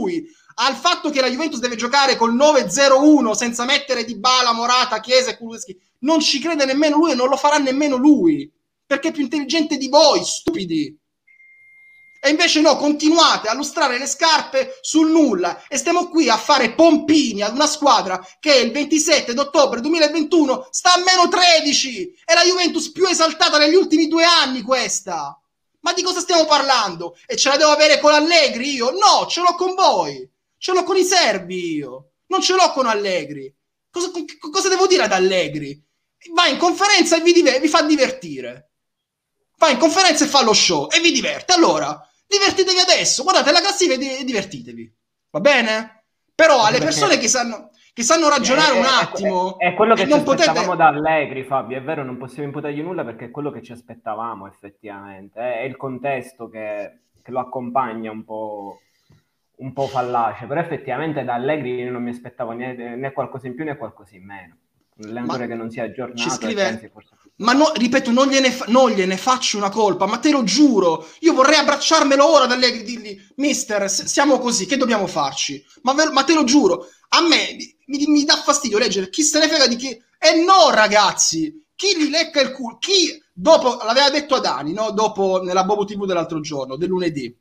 al fatto che la Juventus deve giocare col nove zero uno senza mettere Dybala, Morata, Chiesa e Kulusevski, non ci crede nemmeno lui e non lo farà nemmeno lui, perché è più intelligente di voi, stupidi. E invece no, continuate a lustrare le scarpe sul nulla e stiamo qui a fare pompini ad una squadra che il ventisette d'ottobre duemilaventuno sta a meno tredici. È la Juventus più esaltata negli ultimi due anni questa. Ma di cosa stiamo parlando? E ce la devo avere con Allegri io? No, ce l'ho con voi. Ce l'ho con i serbi io. Non ce l'ho con Allegri. Cosa, cosa devo dire ad Allegri? Va in conferenza e vi, diver- vi fa divertire. Va in conferenza e fa lo show e vi diverte. Allora, divertitevi adesso. Guardate la classifica e divertitevi. Va bene? Però alle persone che sanno, che sanno ragionare è, un attimo... È, è, è quello che ci aspettavamo potete... da Allegri, Fabio. È vero, non possiamo imputargli nulla perché è quello che ci aspettavamo effettivamente. È il contesto che, che lo accompagna un po'... un po' fallace, però effettivamente da Allegri non mi aspettavo né, né qualcosa in più né qualcosa in meno. Un allenatore che non sia aggiornato. Ci scrive, anzi, forse... ma no, ripeto, non gliene, fa, non gliene faccio una colpa, ma te lo giuro, io vorrei abbracciarmelo ora da Allegri, dirgli, mister, siamo così, che dobbiamo farci? Ma, ve, ma te lo giuro, a me mi, mi dà fastidio leggere, chi se ne frega di chi... E no, ragazzi, chi gli lecca il culo, chi, dopo, l'aveva detto a Dani, no? Dopo, nella Bobo tivù dell'altro giorno, del lunedì,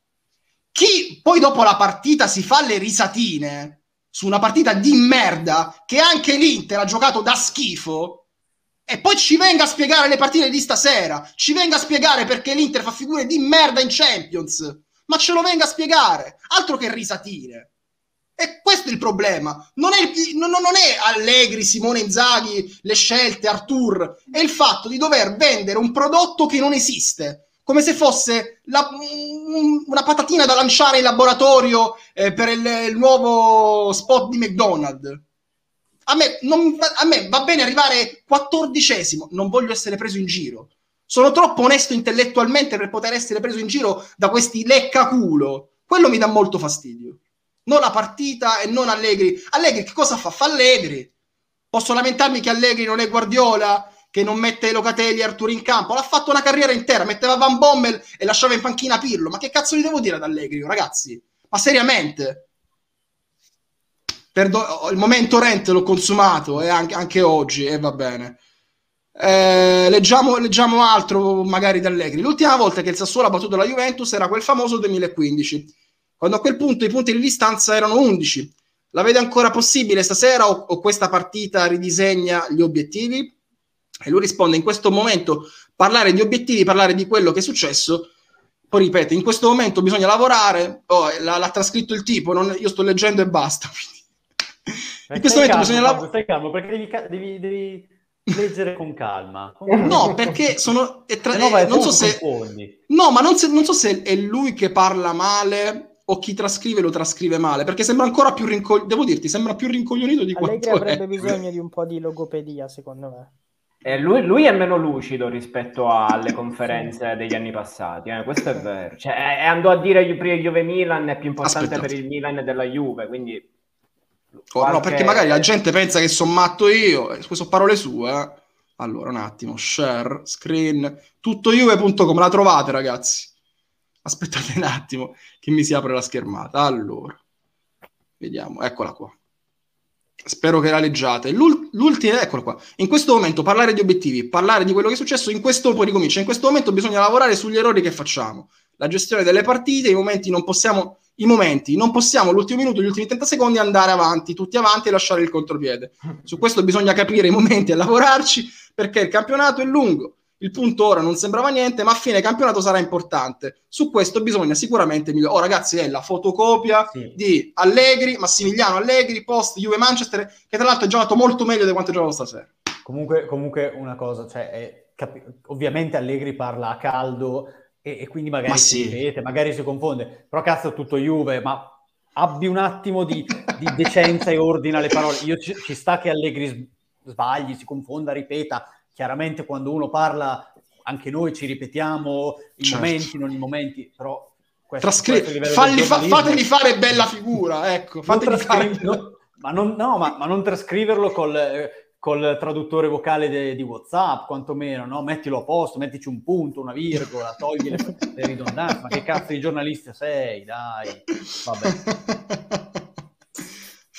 chi poi dopo la partita si fa le risatine su una partita di merda che anche l'Inter ha giocato da schifo e poi ci venga a spiegare le partite di stasera, ci venga a spiegare perché l'Inter fa figure di merda in Champions, ma ce lo venga a spiegare, altro che risatine. E questo è il problema, non è, non, non è Allegri, Simone Inzaghi, le scelte, Artur, è il fatto di dover vendere un prodotto che non esiste, come se fosse la, una patatina da lanciare in laboratorio eh, per il, il nuovo spot di McDonald's. A me, non, a me va bene arrivare quattordicesimo, non voglio essere preso in giro. Sono troppo onesto intellettualmente per poter essere preso in giro da questi leccaculo. Quello mi dà molto fastidio. Non la partita e non Allegri. Allegri che cosa fa? Fa Allegri. Posso lamentarmi che Allegri non è Guardiola, che non mette Locatelli e Arturo in campo, l'ha fatto una carriera intera, metteva Van Bommel e lasciava in panchina Pirlo, ma che cazzo gli devo dire ad Allegri, ragazzi? Ma seriamente? Perdo- il momento Rent l'ho consumato e anche, anche oggi, e va bene. Eh, leggiamo, leggiamo altro magari da Allegri. L'ultima volta che il Sassuolo ha battuto la Juventus era quel famoso duemilaquindici, quando a quel punto i punti di distanza erano undici. La vede ancora possibile stasera o, o questa partita ridisegna gli obiettivi? E lui risponde: in questo momento parlare di obiettivi, parlare di quello che è successo, poi ripete, in questo momento bisogna lavorare. Oh, l'ha, l'ha trascritto il tipo, non, io sto leggendo e basta. In questo momento calmo, bisogna lavorare. Stai calmo, perché devi, devi, devi leggere con calma. No, perché sono è tra, no, è, non so se no, ma non, se, non so se è lui che parla male o chi trascrive lo trascrive male, perché sembra ancora più rincoglionito, devo dirti, sembra più rincoglionito di quanto Allegri avrebbe è. bisogno di un po' di logopedia, secondo me. Eh, lui, lui è meno lucido rispetto alle conferenze degli anni passati, eh, questo è vero. Cioè, eh, andò a dire Juve Milan è più importante Aspettate. per il Milan della Juve, quindi... Oh, qualche... no, perché magari la gente pensa che sono matto io, eh, queste sono parole sue. Eh. Allora, un attimo, share, screen, tuttojuve punto com, la trovate ragazzi. Aspettate un attimo che mi si apre la schermata. Allora, vediamo, eccola qua. Spero che la leggiate. L'ult- l'ultima, eccola qua. In questo momento parlare di obiettivi, parlare di quello che è successo, in questo poi ricomincia. In questo momento bisogna lavorare sugli errori che facciamo. La gestione delle partite, i momenti non possiamo, i momenti non possiamo, l'ultimo minuto, gli ultimi trenta secondi andare avanti, tutti avanti e lasciare il contropiede. Su questo bisogna capire i momenti e lavorarci, perché il campionato è lungo. Il punto ora non sembrava niente, ma a fine campionato sarà importante. Su questo bisogna sicuramente migliorare. Oh, ragazzi, è la fotocopia sì. di Allegri, Massimiliano Allegri, post Juve Manchester, che tra l'altro ha giocato molto meglio di quanto ha giocato stasera. Comunque, comunque una cosa, cioè, è, capi- ovviamente Allegri parla a caldo e, e quindi magari si sì. ripete, magari si confonde, però cazzo tutto Juve, ma abbi un attimo di, di decenza e ordina le parole. Io ci, ci sta che Allegri sbagli, si confonda, ripeta. Chiaramente quando uno parla, anche noi ci ripetiamo i certo. momenti, non i momenti, però... Questo, Trascri- questo falli fa- fateli fare bella figura, ecco. Fateli fare... No, ma, non, no, ma, ma non trascriverlo col, eh, col traduttore vocale de, di WhatsApp, quantomeno, no? Mettilo a posto, mettici un punto, una virgola, togli le, le ridondanze. Ma che cazzo di giornalista sei, dai. Vabbè.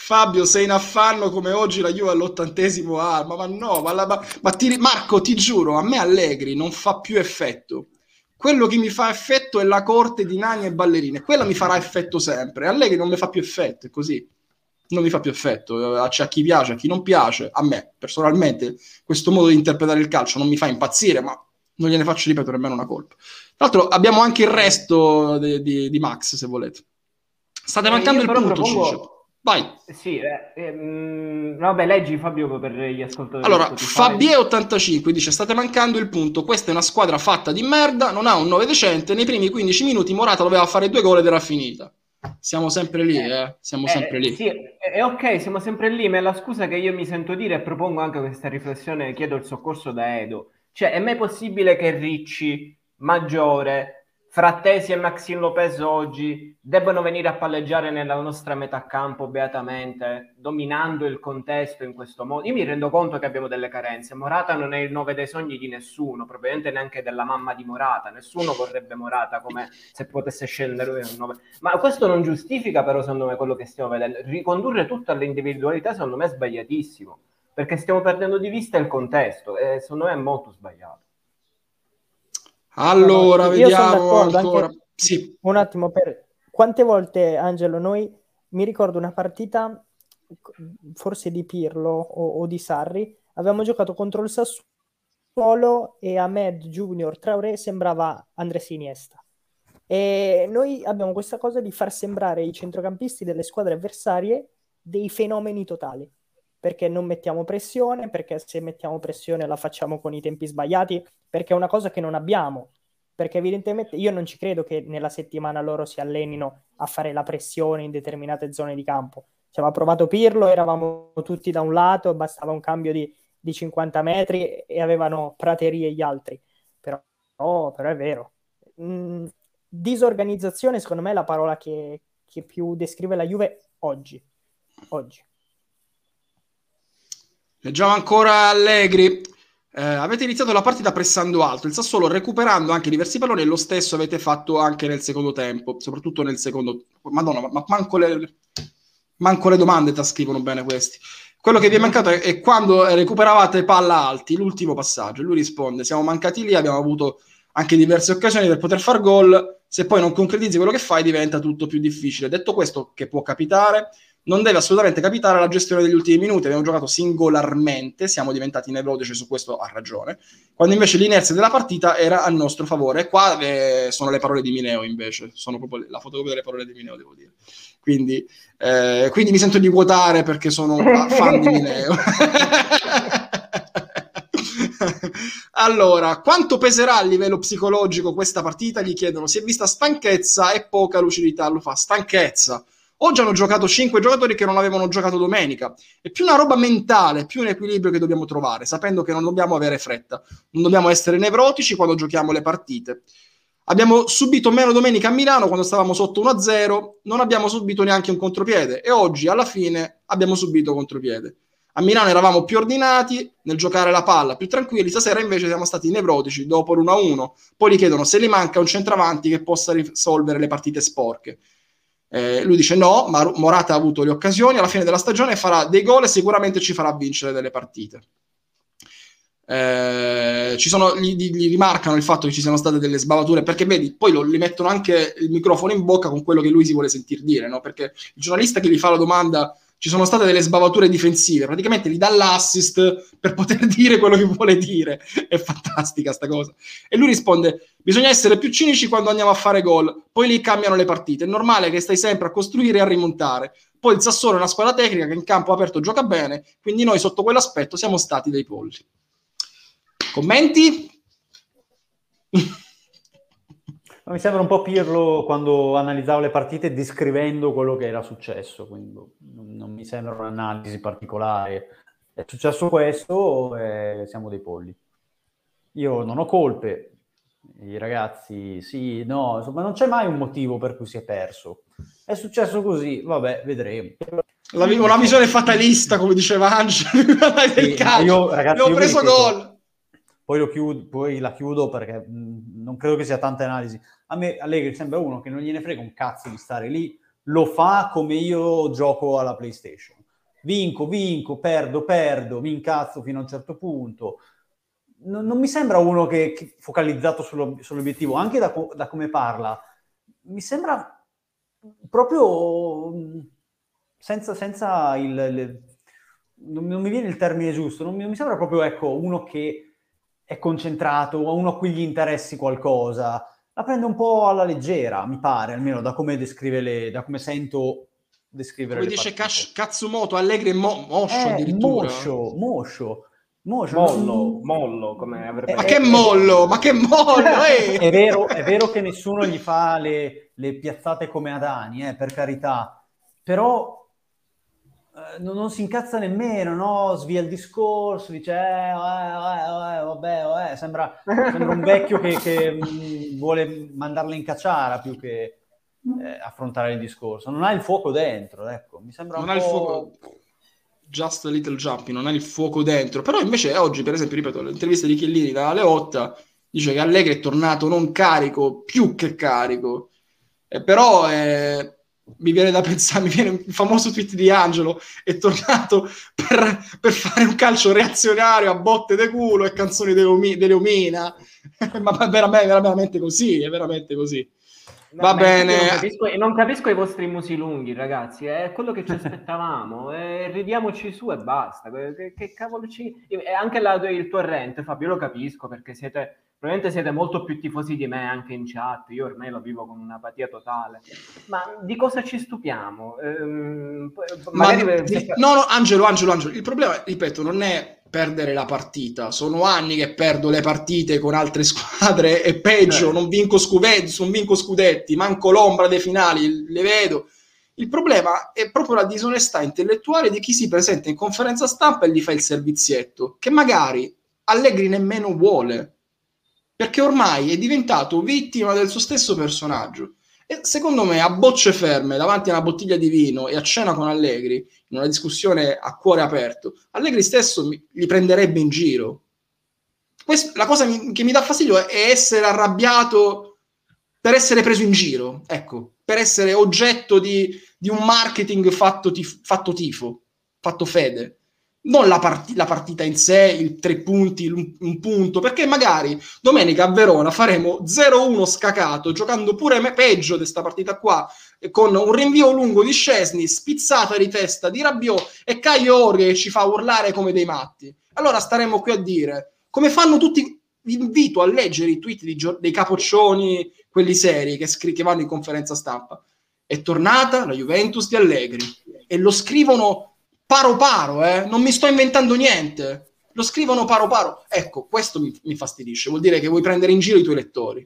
Fabio, sei in affanno come oggi la Juve all'ottantesimo ah, ma, ma no, ma, la, ma, ma ti, Marco, ti giuro, a me Allegri non fa più effetto. Quello che mi fa effetto è la corte di nani e ballerine, quella mi farà effetto sempre. Allegri non mi fa più effetto, è così. Non mi fa più effetto, c'è a chi piace, a chi non piace. A me, personalmente, questo modo di interpretare il calcio non mi fa impazzire, ma non gliene faccio ripetere nemmeno una colpa. Tra l'altro abbiamo anche il resto di, di, di Max, se volete. State mancando eh, il punto, propongo... Ciccio. Vai. Sì, eh, ehm, vabbè, leggi Fabio per gli ascoltatori. Allora, Fabie ottantacinque dice: state mancando il punto, questa è una squadra fatta di merda, non ha un nove decente, nei primi quindici minuti Morata doveva fare due gol ed era finita. Siamo sempre lì, eh, siamo eh, sempre lì. Sì, è ok, siamo sempre lì, ma è la scusa che io mi sento dire e propongo anche questa riflessione, chiedo il soccorso da Edo. Cioè, è mai possibile che Ricci, Maggiore, Frattesi e Maxine Lopez oggi debbano venire a palleggiare nella nostra metà campo beatamente, dominando il contesto in questo modo? Io mi rendo conto che abbiamo delle carenze. Morata non è il nove dei sogni di nessuno, probabilmente neanche della mamma di Morata. Nessuno vorrebbe Morata come se potesse scendere lui nel nove. Ma questo non giustifica però, secondo me, quello che stiamo vedendo. Ricondurre tutto all'individualità, secondo me, è sbagliatissimo, perché stiamo perdendo di vista il contesto e secondo me è molto sbagliato. Allora, no, vediamo ancora. Sì. Un attimo, per quante volte, Angelo, noi, mi ricordo una partita, forse di Pirlo o, o di Sarri, avevamo giocato contro il Sassuolo e Ahmed Junior Traoré sembrava Andrés Iniesta. E noi abbiamo questa cosa di far sembrare i centrocampisti delle squadre avversarie dei fenomeni totali, perché non mettiamo pressione, perché se mettiamo pressione la facciamo con i tempi sbagliati, perché è una cosa che non abbiamo, perché evidentemente io non ci credo che nella settimana loro si allenino a fare la pressione in determinate zone di campo. Ci aveva provato Pirlo, eravamo tutti da un lato, bastava un cambio di, di cinquanta metri e avevano praterie gli altri, però, oh, però è vero. Mm, disorganizzazione secondo me è la parola che, che più descrive la Juve oggi. oggi. Leggiamo ancora Allegri. Eh, avete iniziato la partita pressando alto, il Sassuolo recuperando anche diversi palloni e lo stesso avete fatto anche nel secondo tempo, soprattutto nel secondo. Madonna, ma manco le, manco le domande ti scrivono bene questi. Quello che vi è mancato è, è quando recuperavate palla alti, l'ultimo passaggio. Lui risponde: siamo mancati lì, abbiamo avuto anche diverse occasioni per poter far gol, se poi non concretizzi quello che fai diventa tutto più difficile. Detto questo, che può capitare, non deve assolutamente capitare la gestione degli ultimi minuti. Abbiamo giocato singolarmente, siamo diventati nevrotici, su questo ha ragione, quando invece l'inerzia della partita era a nostro favore. E qua eh, sono le parole di Mineo, invece sono proprio la fotocopia delle parole di Mineo, devo dire. Quindi, eh, quindi mi sento di quotare perché sono fan di Mineo. Allora, quanto peserà a livello psicologico questa partita? Gli chiedono. Si è vista stanchezza e poca lucidità. Lo fa stanchezza. Oggi hanno giocato cinque giocatori che non avevano giocato domenica. È più una roba mentale, più un equilibrio che dobbiamo trovare, sapendo che non dobbiamo avere fretta, non dobbiamo essere nevrotici quando giochiamo le partite. Abbiamo subito meno domenica a Milano quando stavamo sotto uno a zero, non abbiamo subito neanche un contropiede e oggi alla fine abbiamo subito contropiede. A Milano eravamo più ordinati nel giocare la palla, più tranquilli, stasera invece siamo stati nevrotici dopo l'uno a uno. Poi gli chiedono se gli manca un centravanti che possa risolvere le partite sporche. Eh, lui dice no, ma Morata ha avuto le occasioni, alla fine della stagione farà dei gol e sicuramente ci farà vincere delle partite. Eh, ci sono, gli, gli rimarcano il fatto che ci siano state delle sbavature, perché vedi, poi lo, gli mettono anche il microfono in bocca con quello che lui si vuole sentir dire, no? Perché il giornalista che gli fa la domanda ci sono state delle sbavature difensive, praticamente gli dà l'assist per poter dire quello che vuole dire. È fantastica sta cosa. E lui risponde: bisogna essere più cinici quando andiamo a fare gol, poi lì cambiano le partite, è normale che stai sempre a costruire e a rimontare. Poi il Sassuolo è una squadra tecnica che in campo aperto gioca bene, quindi noi sotto quell'aspetto siamo stati dei polli. Commenti? Mi sembra un po' Pirlo quando analizzavo le partite descrivendo quello che era successo, quindi non, non mi sembra un'analisi particolare. È successo questo e siamo dei polli. Io non ho colpe, i ragazzi sì, no, insomma non c'è mai un motivo per cui si è perso. È successo così, vabbè, vedremo. La, una visione fatalista, come diceva Angelo, del calcio. Io, ragazzi, abbiamo preso gol. Poi, lo chiudo, poi la chiudo perché mh, non credo che sia tanta analisi. A me Allegri sembra uno che non gliene frega un cazzo di stare lì, lo fa come io gioco alla PlayStation. vinco, vinco, perdo, perdo, mi incazzo fino a un certo punto. Non, non mi sembra uno che, che focalizzato sullo, sull'obiettivo, anche da, da come parla. Mi sembra proprio senza, senza il, il non, non mi viene il termine giusto, non mi, non mi sembra proprio, ecco, uno che è concentrato, uno a cui gli interessi qualcosa. La prende un po' alla leggera, mi pare, almeno da come descrive le, da come sento descrivere come le dice partite. Katsumoto, Allegri e Mo- Moscio Eh, addirittura. Moscio, Moscio, Moscio. Mollo, non- mollo, come avrebbe Ma è, che è- mollo, ma che mollo, eh! è vero, è vero che nessuno gli fa le, le piazzate come Adani, eh, per carità, però eh, non, non si incazza nemmeno, no? Svia il discorso, dice, eh, eh, eh, eh, vabbè, eh, sembra, sembra un vecchio che, che mh, vuole mandarla in cacciara più che eh, affrontare il discorso. Non ha il fuoco dentro, ecco, mi sembra Non un ha il po'... fuoco, just a little jumpy, non ha il fuoco dentro. Però invece oggi, per esempio, ripeto, l'intervista di Chiellini da Leotta dice che Allegri è tornato non carico, più che carico. Eh, però eh, mi viene da pensare, mi viene il famoso tweet di Angelo, è tornato per, per fare un calcio reazionario a botte de culo e canzoni delle Omina. Ma è veramente, è veramente così, è veramente così. Va Ma bene. Non capisco, non capisco i vostri musi lunghi, ragazzi. È quello che ci aspettavamo. E ridiamoci su e basta. Che, che cavolo ci... E anche la, il torrente, Fabio, lo capisco perché siete probabilmente siete molto più tifosi di me anche in chat. Io ormai lo vivo con un'apatia totale. Ma di cosa ci stupiamo? Ehm, magari Ma, se... no, no, Angelo, Angelo, Angelo. Il problema, ripeto, non è perdere la partita. Sono anni che perdo le partite con altre squadre e peggio, Eh. non vinco scudetti, non vinco scudetti, manco l'ombra dei finali, le vedo. Il problema è proprio la disonestà intellettuale di chi si presenta in conferenza stampa e gli fa il servizietto, che magari Allegri nemmeno vuole, perché ormai è diventato vittima del suo stesso personaggio. E secondo me, a bocce ferme, davanti a una bottiglia di vino e a cena con Allegri, in una discussione a cuore aperto, Allegri stesso mi, li prenderebbe in giro. Questo, la cosa mi, che mi dà fastidio è, è essere arrabbiato per essere preso in giro, ecco, per essere oggetto di, di un marketing fatto, tif, fatto tifo, fatto fede. Non la, part- la partita in sé, il tre punti, un, un punto, perché magari domenica a Verona faremo zero uno scacato, giocando pure me- peggio di questa partita qua, con un rinvio lungo di Szczesny, spizzata di testa di Rabiot e Caio Jorge che ci fa urlare come dei matti. Allora staremo qui a dire, come fanno tutti, vi invito a leggere i tweet di Gio- dei capoccioni, quelli seri, che, scri- che vanno in conferenza stampa. È tornata la Juventus di Allegri, e lo scrivono paro paro, eh? Non mi sto inventando niente, lo scrivono paro paro. Ecco, questo mi, mi fastidisce, vuol dire che vuoi prendere in giro i tuoi lettori.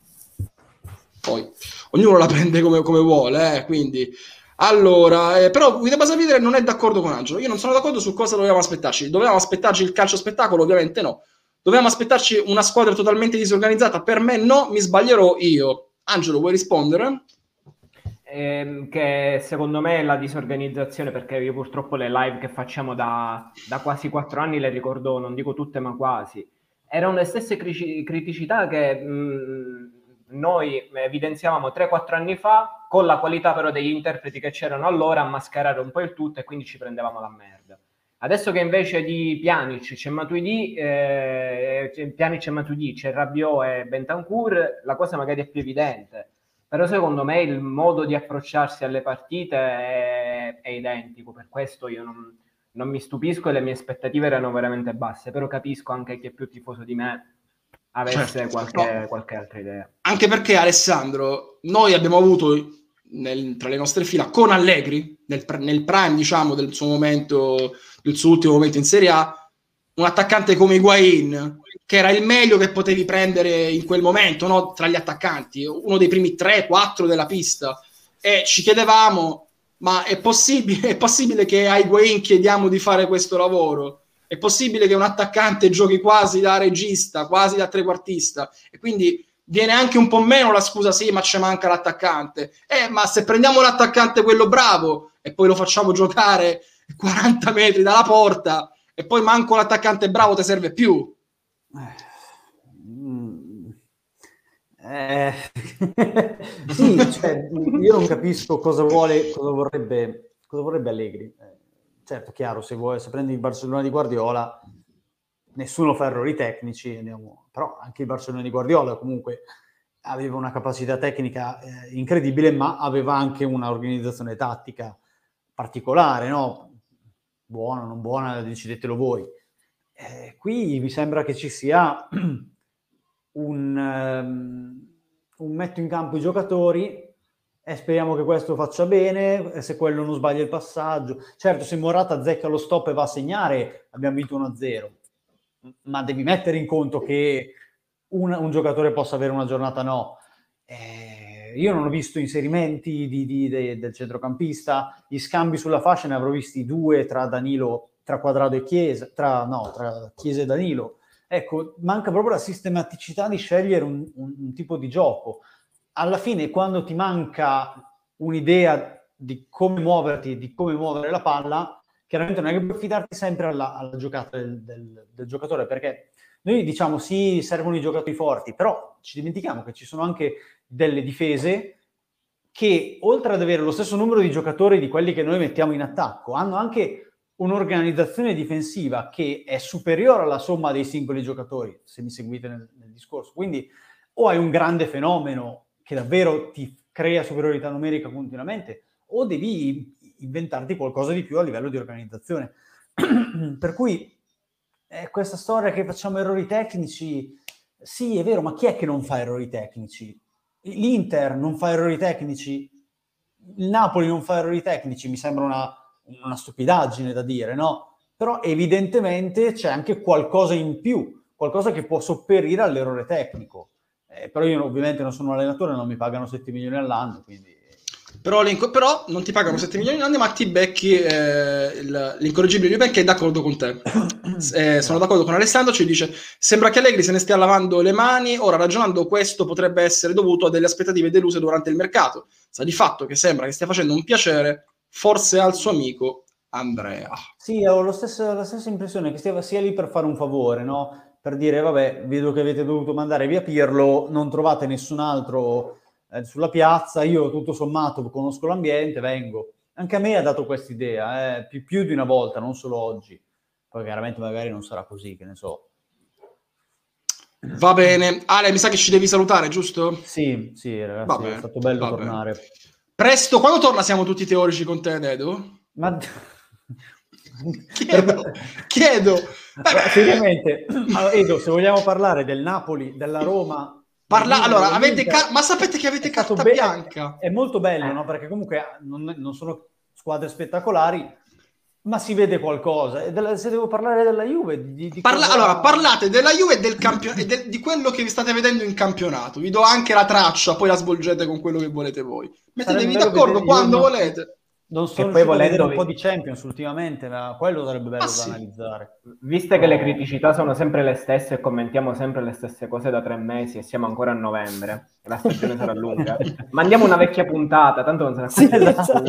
Poi ognuno la prende come, come vuole, eh? Quindi allora, eh, però Guido Basavidere non è d'accordo con Angelo. Io non sono d'accordo su cosa dovevamo aspettarci. Dovevamo aspettarci il calcio spettacolo? Ovviamente no. Dovevamo aspettarci una squadra totalmente disorganizzata? Per me no, mi sbaglierò io. Angelo, vuoi rispondere? Ehm, che secondo me è la disorganizzazione, perché io purtroppo le live che facciamo da, da quasi quattro anni le ricordo, non dico tutte ma quasi, erano le stesse crici- criticità che mh, noi evidenziavamo tre quattro anni fa, con la qualità però degli interpreti che c'erano allora a mascherare un po' il tutto, e quindi ci prendevamo la merda. Adesso che invece di Pjanic c'è Matuidi, eh, c'è Pjanic e Matuidi, c'è Rabiot e Bentancur, la cosa magari è più evidente. Però secondo me il modo di approcciarsi alle partite è, è identico, per questo io non, non mi stupisco e le mie aspettative erano veramente basse, però capisco anche chi è più tifoso di me avesse Certo, qualche, no. qualche altra idea. Anche perché, Alessandro, noi abbiamo avuto nel, tra le nostre fila con Allegri, nel, nel prime, diciamo, del suo momento, del suo ultimo momento in Serie A, un attaccante come Higuain, che era il meglio che potevi prendere in quel momento, no? Tra gli attaccanti, uno dei primi tre quattro della pista, e ci chiedevamo, ma è possibile, è possibile che a Higuain chiediamo di fare questo lavoro? È possibile che un attaccante giochi quasi da regista, quasi da trequartista? E quindi viene anche un po' meno la scusa, sì, ma ci manca l'attaccante. Eh, ma se prendiamo l'attaccante quello bravo e poi lo facciamo giocare quaranta metri dalla porta, e poi manco l'attaccante bravo ti serve più. Eh, sì, cioè, io non capisco cosa vuole, cosa vorrebbe, cosa vorrebbe Allegri. certo, chiaro, se, vuoi, se prendi il Barcellona di Guardiola, nessuno fa errori tecnici, andiamo, però anche il Barcellona di Guardiola comunque aveva una capacità tecnica eh, incredibile, ma aveva anche una organizzazione tattica particolare, no? Buona, non buona, decidetelo voi. Eh, qui mi sembra che ci sia un, um, un metto in campo i giocatori e speriamo che questo faccia bene, e se quello non sbaglia il passaggio. Certo, se Morata azzecca lo stop e va a segnare, abbiamo vinto uno a zero, ma devi mettere in conto che un, un giocatore possa avere una giornata no. Eh, io non ho visto inserimenti di, di, de, del centrocampista, gli scambi sulla fascia ne avrò visti due tra Danilo, tra Quadrado e Chiesa, tra, no, tra Chiesa e Danilo. Ecco, manca proprio la sistematicità di scegliere un, un, un tipo di gioco. Alla fine, quando ti manca un'idea di come muoverti, di come muovere la palla, chiaramente non è che puoi fidarti sempre alla, alla giocata del, del, del giocatore, perché noi diciamo sì, servono i giocatori forti, però ci dimentichiamo che ci sono anche delle difese che, oltre ad avere lo stesso numero di giocatori di quelli che noi mettiamo in attacco, hanno anche un'organizzazione difensiva che è superiore alla somma dei singoli giocatori, se mi seguite nel, nel discorso. Quindi o hai un grande fenomeno che davvero ti crea superiorità numerica continuamente, o devi inventarti qualcosa di più a livello di organizzazione. Per cui eh, questa storia che facciamo errori tecnici, sì, è vero, ma chi è che non fa errori tecnici? L'Inter non fa errori tecnici, il Napoli non fa errori tecnici, mi sembra una, una stupidaggine da dire, no? Però evidentemente c'è anche qualcosa in più, qualcosa che può sopperire all'errore tecnico. Eh, però io ovviamente non sono un allenatore, non mi pagano sette milioni all'anno, quindi... Però, però non ti pagano sette milioni all'anno, ma ti becchi eh, il, l'incorreggibile Juven, che è d'accordo con te. Eh, sono d'accordo con Alessandro, ci dice: sembra che Allegri se ne stia lavando le mani. Ora, ragionando, questo potrebbe essere dovuto a delle aspettative deluse durante il mercato. Sta di fatto che sembra che stia facendo un piacere forse al suo amico Andrea. Sì, ho lo stesso, la stessa impressione che stia sia lì per fare un favore, no? Per dire, vabbè, vedo che avete dovuto mandare via Pirlo, non trovate nessun altro eh, sulla piazza, io tutto sommato conosco l'ambiente, vengo. Anche a me ha dato questa idea, eh, più, più di una volta, non solo oggi. Poi chiaramente magari non sarà così, che ne so. Va bene. Ale, mi sa che ci devi salutare, giusto? Sì, sì, ragazzi, Vabbè, è stato bello vabbè. tornare. Presto, quando torna siamo tutti teorici con te, Dedo? Ma... chiedo, chiedo. Beh, seriamente, allora, Edo, se vogliamo parlare del Napoli, della Roma, Parla, del allora, Milan, avete ca- ma sapete che avete carta be- bianca? È, è molto bello, no? Perché comunque non, non sono squadre spettacolari, ma si vede qualcosa. E della, se devo parlare della Juve, di, di Parla, cosa... allora, parlate della Juve e, del campion- e del, di quello che vi state vedendo in campionato. Vi do anche la traccia, poi la svolgete con quello che volete voi. Mettetevi d'accordo vedere, quando non... volete. Non sono e poi volendo volendo un po' di Champions ultimamente, ma quello sarebbe bello ah, da sì. analizzare. Viste che le criticità sono sempre le stesse e commentiamo sempre le stesse cose da tre mesi e siamo ancora a novembre, la stagione sarà lunga, mandiamo una vecchia puntata, tanto non sarà sì, esatto.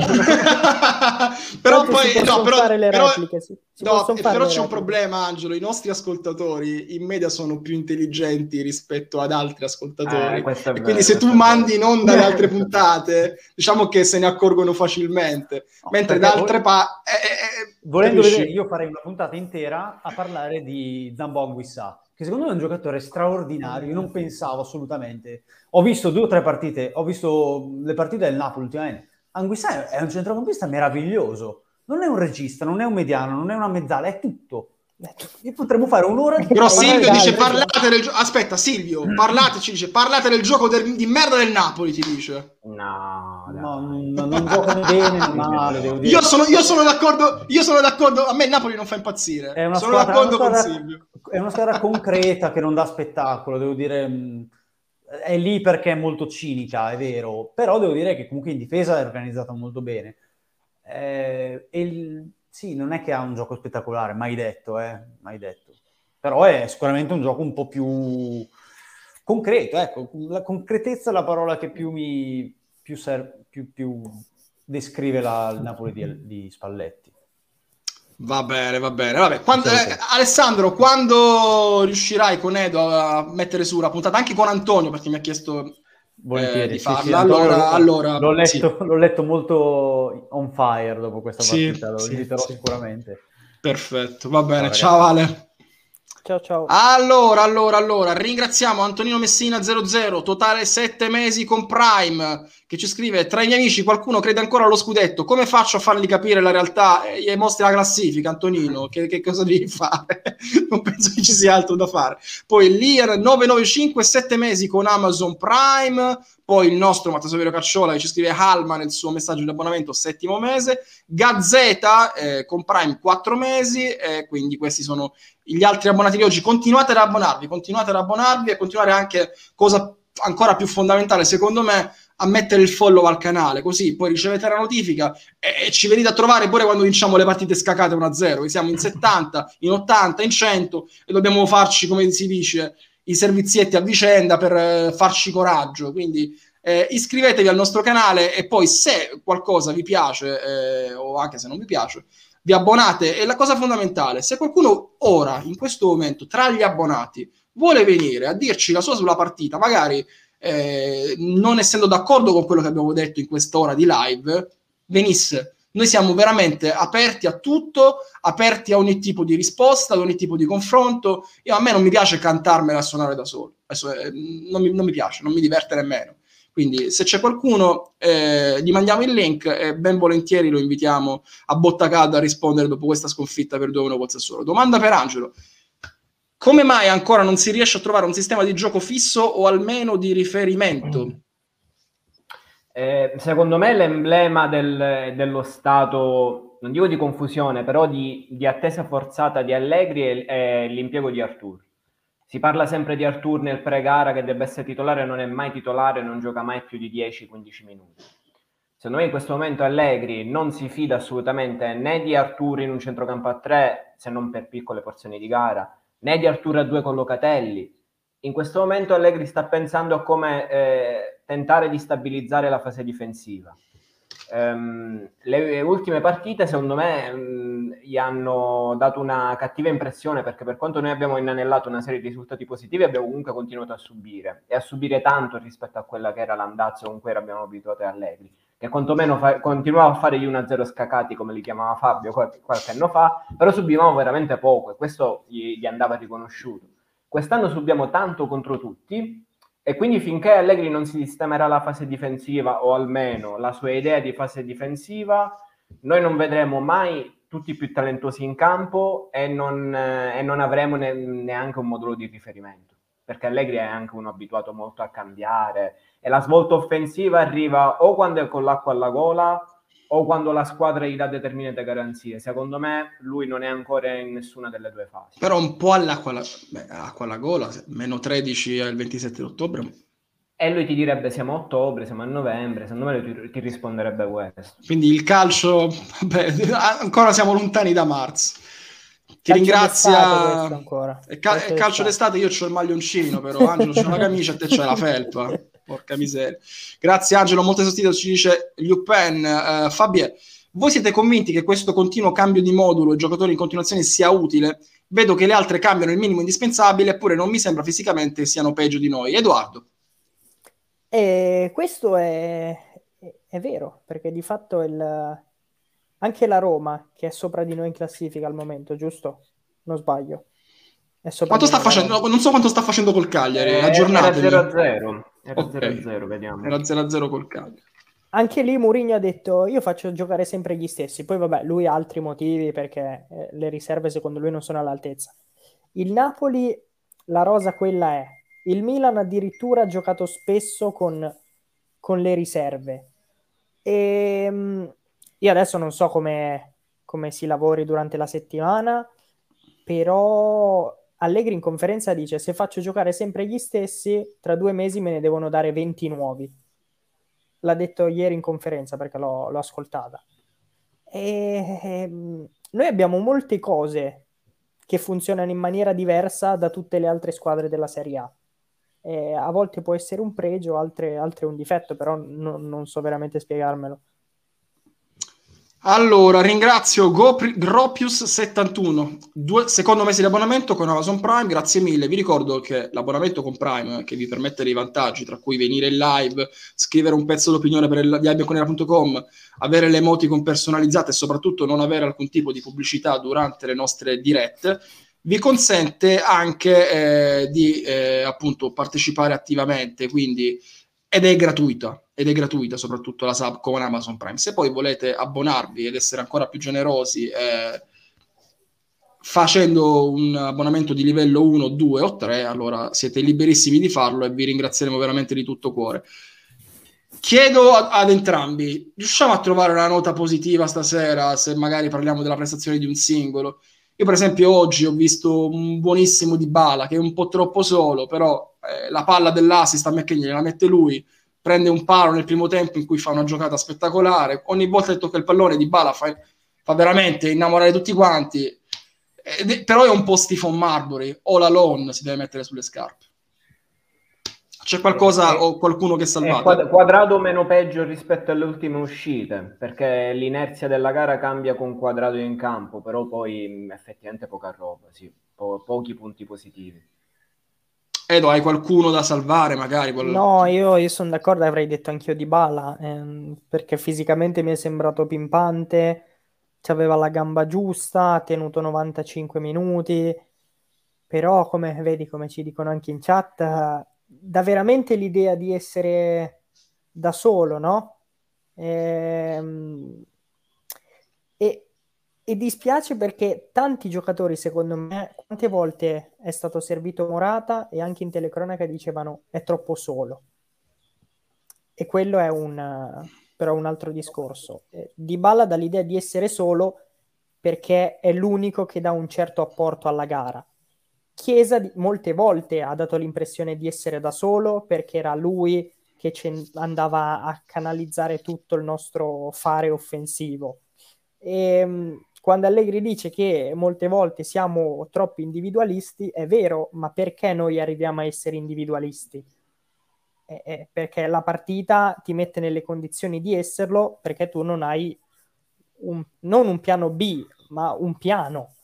Però poi no, però, fare le però, repliche, sì. no, però c'è un problema, Angelo, i nostri ascoltatori in media sono più intelligenti rispetto ad altri ascoltatori, eh, e vero, quindi se tu mandi in onda le altre puntate, diciamo che se ne accorgono facilmente. No, mentre da altre parti eh, eh, volendo capisci? Vedere, io farei una puntata intera a parlare di Zambo Anguissà, che secondo me è un giocatore straordinario. Io non pensavo assolutamente, ho visto due o tre partite, ho visto le partite del Napoli ultimamente. Anguissà è un centrocampista meraviglioso, non è un regista, non è un mediano, non è una mezzala, è tutto. E potremmo fare un'ora di... Però Silvio dice parlate del gioco, aspetta Silvio, parlateci, dice parlate del gioco del... di merda del Napoli, ti dice. No, no, no non giocano bene, non male, devo dire. Io sono, io sono d'accordo, io sono d'accordo, a me il Napoli non fa impazzire. È una sono squadra, d'accordo una squadra, con Silvio. È una squadra concreta che non dà spettacolo, devo dire, è lì perché è molto cinica, è vero, però devo dire che comunque in difesa è organizzata molto bene. Eh, e il... Sì, non è che ha un gioco spettacolare, mai detto, eh, mai detto. Però è sicuramente un gioco un po' più concreto, ecco. La concretezza è la parola che più mi più, ser- più, più descrive la, il Napoli di, di Spalletti. Va bene, va bene. Vabbè. Quando, eh, Alessandro, quando riuscirai con Edo a mettere su una puntata, anche con Antonio, perché mi ha chiesto Volentieri, eh, di sì, farla. sì, allora, l'ho, allora l'ho letto, sì. l'ho letto molto on fire dopo questa Sì, partita, lo sì, inviterò sì. sicuramente. Perfetto, va Ciao bene. ragazzi. Ciao Ale. Ciao ciao. Allora, allora, allora, ringraziamo Antonino Messina zero zero, totale sette mesi con Prime, che ci scrive: tra i miei amici qualcuno crede ancora allo scudetto, come faccio a fargli capire la realtà? E gli mostri la classifica, Antonino, che, che cosa devi fare? Non penso che ci sia altro da fare. Poi Lian nove nove cinque, sette mesi con Amazon Prime, poi il nostro Matteo Saverio Cacciola che ci scrive Halma nel suo messaggio di abbonamento, settimo mese, Gazzetta eh, con Prime quattro mesi, eh, quindi questi sono gli altri abbonati di oggi. Continuate ad abbonarvi, continuate ad abbonarvi e continuare anche, cosa ancora più fondamentale secondo me, a mettere il follow al canale, così poi ricevete la notifica e, e ci venite a trovare pure quando vinciamo le partite scacate uno a zero, siamo in settanta, in ottanta, in cento e dobbiamo farci, come si dice, i servizietti a vicenda per eh, farci coraggio, quindi eh, iscrivetevi al nostro canale e poi se qualcosa vi piace eh, o anche se non vi piace vi abbonate. E la cosa fondamentale, se qualcuno ora, in questo momento, tra gli abbonati, vuole venire a dirci la sua sulla partita, magari eh, non essendo d'accordo con quello che abbiamo detto in quest'ora di live, venisse. Noi siamo veramente aperti a tutto, aperti a ogni tipo di risposta, ad ogni tipo di confronto. Io, a me non mi piace cantarmela a suonare da solo, adesso, eh, non, mi, non mi piace, non mi diverte nemmeno. Quindi se c'è qualcuno eh, gli mandiamo il link e ben volentieri lo invitiamo a botta calda a rispondere dopo questa sconfitta per due a uno col Sassuolo. Domanda per Angelo: come mai ancora non si riesce a trovare un sistema di gioco fisso o almeno di riferimento? Eh, secondo me l'emblema del, dello stato, non dico di confusione, però di, di attesa forzata di Allegri è, è l'impiego di Arthur. Si parla sempre di Arthur nel pre-gara che debba essere titolare, non è mai titolare, non gioca mai più di dieci quindici minuti. Secondo me in questo momento Allegri non si fida assolutamente né di Arthur in un centrocampo a tre, se non per piccole porzioni di gara, né di Arthur a due con Locatelli. In questo momento Allegri sta pensando a come eh, tentare di stabilizzare la fase difensiva. Um, le ultime partite secondo me um, gli hanno dato una cattiva impressione, perché per quanto noi abbiamo inanellato una serie di risultati positivi, abbiamo comunque continuato a subire e a subire tanto rispetto a quella che era l'andazzo con cui eravamo abituati a Allegri, che quantomeno fa- continuava a fare gli uno a zero scacati come li chiamava Fabio qualche, qualche anno fa, però subivamo veramente poco e questo gli, gli andava riconosciuto. Quest'anno subiamo tanto contro tutti e quindi finché Allegri non si sistemerà la fase difensiva, o almeno la sua idea di fase difensiva, noi non vedremo mai tutti più talentuosi in campo e non, eh, e non avremo ne, neanche un modulo di riferimento, perché Allegri è anche uno abituato molto a cambiare e la svolta offensiva arriva o quando è con l'acqua alla gola o quando la squadra gli dà determinate garanzie. Secondo me lui non è ancora in nessuna delle due fasi. Però un po' all'acqua alla, beh, acqua alla gola, meno tredici al ventisette ottobre. E lui ti direbbe siamo a ottobre, siamo a novembre, secondo me lui ti, ti risponderebbe questo. Quindi il calcio, vabbè, ancora siamo lontani da marzo. Ti Calcio ringrazia. d'estate ancora. È, cal- Calcio è calcio d'estate, io c'ho il maglioncino, però Angelo c'ha la camicia e te c'hai la felpa. Porca miseria. Grazie Angelo, molto esostito, ci dice Liupen. Uh, Fabio, voi siete convinti che questo continuo cambio di modulo e giocatori in continuazione sia utile? Vedo che le altre cambiano il minimo indispensabile, eppure non mi sembra fisicamente siano peggio di noi. Edoardo. E questo è, è vero, perché di fatto il, anche la Roma, che è sopra di noi in classifica al momento, giusto? Non sbaglio. È sopra Quanto di sta noi la facendo? Roma. Non so quanto sta facendo col Cagliari, Eh, aggiornatemi. era zero a zero, era Ok. zero a zero, vediamo. Era zero a zero col Cagliari. Anche lì Mourinho ha detto io faccio giocare sempre gli stessi, poi vabbè lui ha altri motivi perché eh, le riserve secondo lui non sono all'altezza. Il Napoli, la rosa quella è, il Milan addirittura ha giocato spesso con, con le riserve e mh, io adesso non so come, come si lavori durante la settimana, però Allegri in conferenza dice se faccio giocare sempre gli stessi tra due mesi me ne devono dare venti nuovi. L'ha detto ieri in conferenza perché l'ho, l'ho ascoltata. E, ehm, noi abbiamo molte cose che funzionano in maniera diversa da tutte le altre squadre della Serie A. E a volte può essere un pregio, altre, altre un difetto, però no, non so veramente spiegarmelo. Allora, ringrazio Gopri- Gropius settantuno, due, secondo mese di abbonamento con Amazon Prime, grazie mille. Vi ricordo che l'abbonamento con Prime, eh, che vi permette dei vantaggi, tra cui venire in live, scrivere un pezzo d'opinione per il, di abbiaconera punto com, avere le emoticon personalizzate e soprattutto non avere alcun tipo di pubblicità durante le nostre dirette, vi consente anche eh, di eh, appunto partecipare attivamente, quindi ed è gratuita. Ed è gratuita soprattutto la sub con Amazon Prime. Se poi volete abbonarvi ed essere ancora più generosi eh, facendo un abbonamento di livello uno, due o tre, allora siete liberissimi di farlo e vi ringrazieremo veramente di tutto cuore. Chiedo ad, ad entrambi, riusciamo a trovare una nota positiva stasera se magari parliamo della prestazione di un singolo? Io per esempio oggi ho visto un buonissimo Dybala che è un po' troppo solo, però eh, la palla dell'assist a McKennie la mette lui, prende un palo nel primo tempo in cui fa una giocata spettacolare, ogni volta che tocca il pallone Dybala fa, fa veramente innamorare tutti quanti, eh, però è un po' Stephen Marbury, o la Lon si deve mettere sulle scarpe. C'è qualcosa è, o qualcuno che salvate? È Quadrado meno peggio rispetto alle ultime uscite, perché l'inerzia della gara cambia con Quadrado in campo, però poi effettivamente poca roba, sì, po- pochi punti positivi. Edo, hai qualcuno da salvare magari? Qual... No, io, io sono d'accordo, avrei detto anch'io Dybala, ehm, perché fisicamente mi è sembrato pimpante, aveva la gamba giusta, ha tenuto novantacinque minuti, però come vedi, come ci dicono anche in chat, dà veramente l'idea di essere da solo, no? Ehm, e, e dispiace perché tanti giocatori, secondo me, quante volte è stato servito Morata e anche in telecronaca dicevano è troppo solo. E quello è un, però un altro discorso. Eh, Dybala dà l'idea di essere solo perché è l'unico che dà un certo apporto alla gara. Chiesa molte volte ha dato l'impressione di essere da solo perché era lui che andava a canalizzare tutto il nostro fare offensivo. E quando Allegri dice che molte volte siamo troppo individualisti, è vero, ma perché noi arriviamo a essere individualisti? Eh, eh, perché la partita ti mette nelle condizioni di esserlo, perché tu non hai un, non un piano B, ma un piano.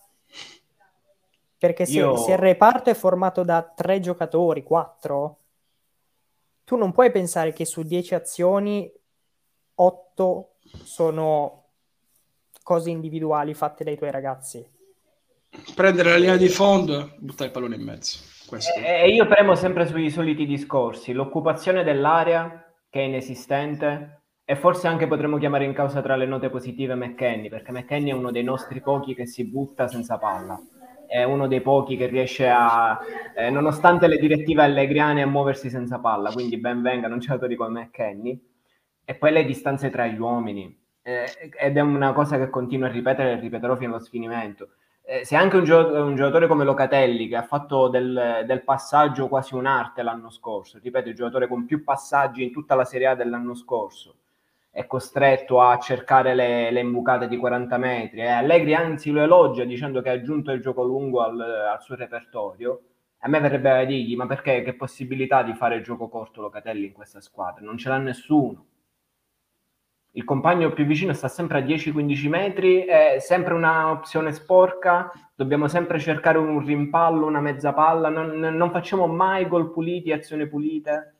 Perché se, Io... se il reparto è formato da tre giocatori, quattro, tu non puoi pensare che su dieci azioni otto sono cose individuali fatte dai tuoi ragazzi. Prendere la linea di fondo, buttare il pallone in mezzo. Questo. E io premo sempre sui soliti discorsi, l'occupazione dell'area che è inesistente, e forse anche potremmo chiamare in causa tra le note positive McKennie, perché McKennie è uno dei nostri pochi che si butta senza palla, è uno dei pochi che riesce a, eh, nonostante le direttive allegriane, a muoversi senza palla, quindi ben venga, non c'è giocatori come McKennie. E poi le distanze tra gli uomini, eh, ed è una cosa che continuo a ripetere e ripeterò fino allo sfinimento. Eh, se anche un, gio- un giocatore come Locatelli, che ha fatto del, del passaggio quasi un'arte l'anno scorso, ripeto, il giocatore con più passaggi in tutta la Serie A dell'anno scorso, è costretto a cercare le, le imbucate di quaranta metri, e eh, Allegri anzi lo elogia dicendo che ha aggiunto il gioco lungo al, al suo repertorio. A me verrebbe da dirgli, ma perché, che possibilità di fare il gioco corto Locatelli in questa squadra? Non ce l'ha nessuno. Il compagno più vicino sta sempre a dieci quindici metri, è sempre un'opzione sporca, dobbiamo sempre cercare un rimpallo, una mezza palla, non, non facciamo mai gol puliti, azioni pulite.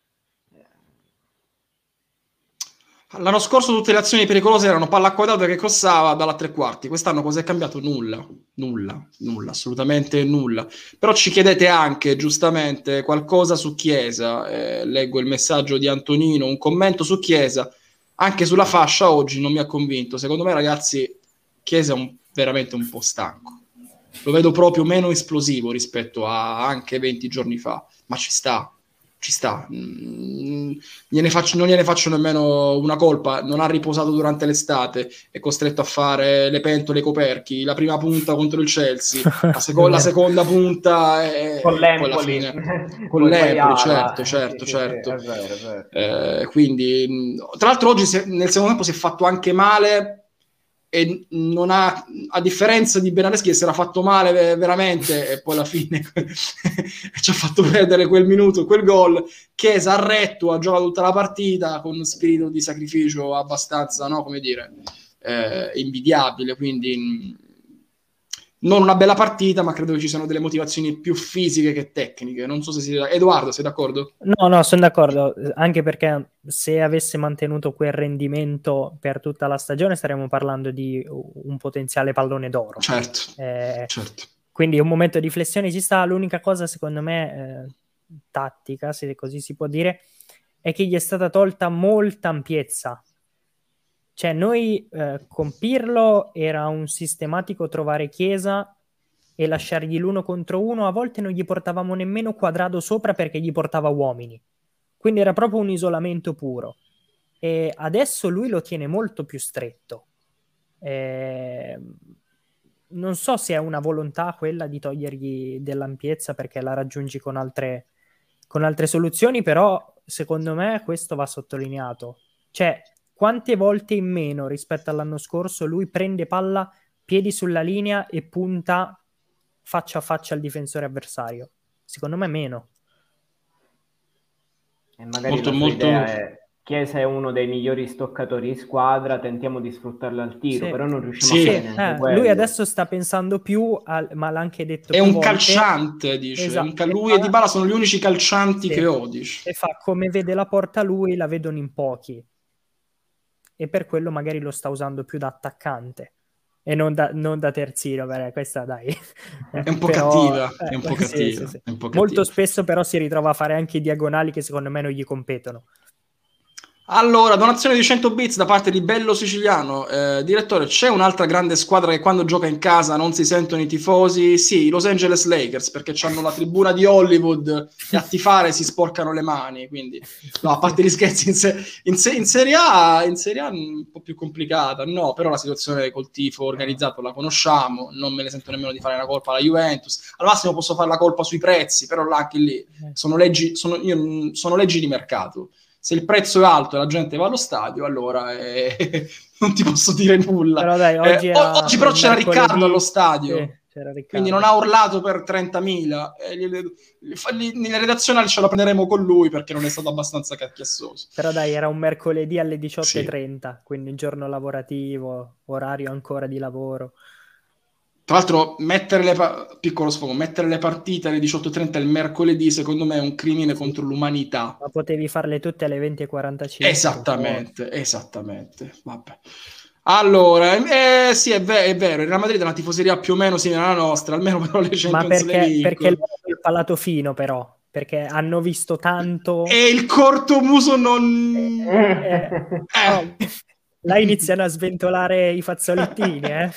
L'anno scorso tutte le azioni pericolose erano palla quadrata che crossava dalla tre quarti. Quest'anno cosa è cambiato? Nulla, nulla, nulla, assolutamente nulla. Però ci chiedete anche, giustamente, qualcosa su Chiesa. Eh, leggo il messaggio di Antonino, un commento su Chiesa. Anche sulla fascia oggi non mi ha convinto. Secondo me, ragazzi, Chiesa è un, veramente un po' stanco. Lo vedo proprio meno esplosivo rispetto a anche venti giorni fa. Ma ci sta, ci sta. Mm, gliene faccio, non gliene faccio nemmeno una colpa. Non ha riposato durante l'estate, è costretto a fare le pentole e i coperchi. La prima punta contro il Chelsea, la, seco- la seconda punta è, con l'Empoli, poi alla fine con l'Empoli, certo, certo, sì, certo. Sì, è vero, è vero. Eh, quindi, tra l'altro, oggi si è, nel secondo tempo si è fatto anche male. E non ha, a differenza di Bernardeschi che si era fatto male veramente e poi alla fine ci ha fatto perdere quel minuto, quel gol. Chiesa ha retto, ha giocato tutta la partita con spirito di sacrificio abbastanza, no, come dire, eh, invidiabile, quindi mh, non una bella partita, ma credo che ci siano delle motivazioni più fisiche che tecniche. Non so se si... Edoardo, sei d'accordo? No, no, sono d'accordo, anche perché se avesse mantenuto quel rendimento per tutta la stagione staremmo parlando di un potenziale pallone d'oro. Certo, eh, certo. Quindi un momento di flessione ci sta. L'unica cosa, secondo me, eh, tattica, se così si può dire, è che gli è stata tolta molta ampiezza. Cioè noi eh, con Pirlo era un sistematico trovare Chiesa e lasciargli l'uno contro uno. A volte non gli portavamo nemmeno Quadrado sopra perché gli portava uomini, quindi era proprio un isolamento puro, e adesso lui lo tiene molto più stretto. eh, non so se è una volontà quella di togliergli dell'ampiezza perché la raggiungi con altre, con altre soluzioni, però secondo me questo va sottolineato. Cioè, quante volte in meno rispetto all'anno scorso lui prende palla, piedi sulla linea e punta faccia a faccia al difensore avversario? Secondo me meno. E magari molto, la sua molto... idea è: Chiesa è uno dei migliori stoccatori in squadra, tentiamo di sfruttarlo al tiro, Sì. però non riusciamo Sì. a fare neanche Eh, quello. lui adesso sta pensando più al, ma l'ha anche detto È più un volte, calciante, dice. esatto, Un cal- lui e Dybala sono gli unici calcianti sì, che ho, dice. e fa come vede la porta lui, la vedono in pochi, e per quello magari lo sta usando più da attaccante e non da, non da terzino. Beh, questa dai È un po' però, cattiva, eh, è un po' sì, cattiva, sì, sì. è un po' Molto cattiva. spesso però si ritrova a fare anche i diagonali che secondo me non gli competono. Allora, donazione di cento bits da parte di Bello Siciliano. Eh, direttore, c'è un'altra grande squadra che quando gioca in casa non si sentono i tifosi? Sì, i Los Angeles Lakers, perché hanno la tribuna di Hollywood e a tifare si sporcano le mani. Quindi, no, a parte gli scherzi, in, se- in, se- in Serie A, in Serie A un po' più complicata. No, però la situazione col tifo organizzato la conosciamo. Non me ne sento nemmeno di fare una colpa alla Juventus. Al massimo posso fare la colpa sui prezzi, però là anche lì sono leggi, sono, io, sono leggi di mercato. Se il prezzo è alto e la gente va allo stadio, allora eh, non ti posso dire nulla. Però dai, oggi, eh, era oggi però c'era mercoledì. Riccardo allo stadio, Sì, c'era Riccardo. Quindi non ha urlato per trentamila. Eh, gli, gli, nella redazionale ce la prenderemo con lui perché non è stato abbastanza cacchiassoso. Però dai, era un mercoledì alle diciotto e trenta, sì. Quindi un giorno lavorativo, orario ancora di lavoro. Tra l'altro, mettere le pa- piccolo sfogo, mettere le partite alle diciotto e trenta il mercoledì, secondo me, è un crimine sì. contro l'umanità. Ma potevi farle tutte alle venti e quarantacinque. Esattamente, esattamente. Vabbè. Allora, eh, sì, è, ver- è vero, il Real Madrid è una tifoseria più o meno simile alla nostra, almeno però le Champions Ma perché, League. perché loro hanno il palato fino, però, perché hanno visto tanto... E il cortomuso non... Eh, eh, no. Là iniziano a sventolare i fazzolettini, eh.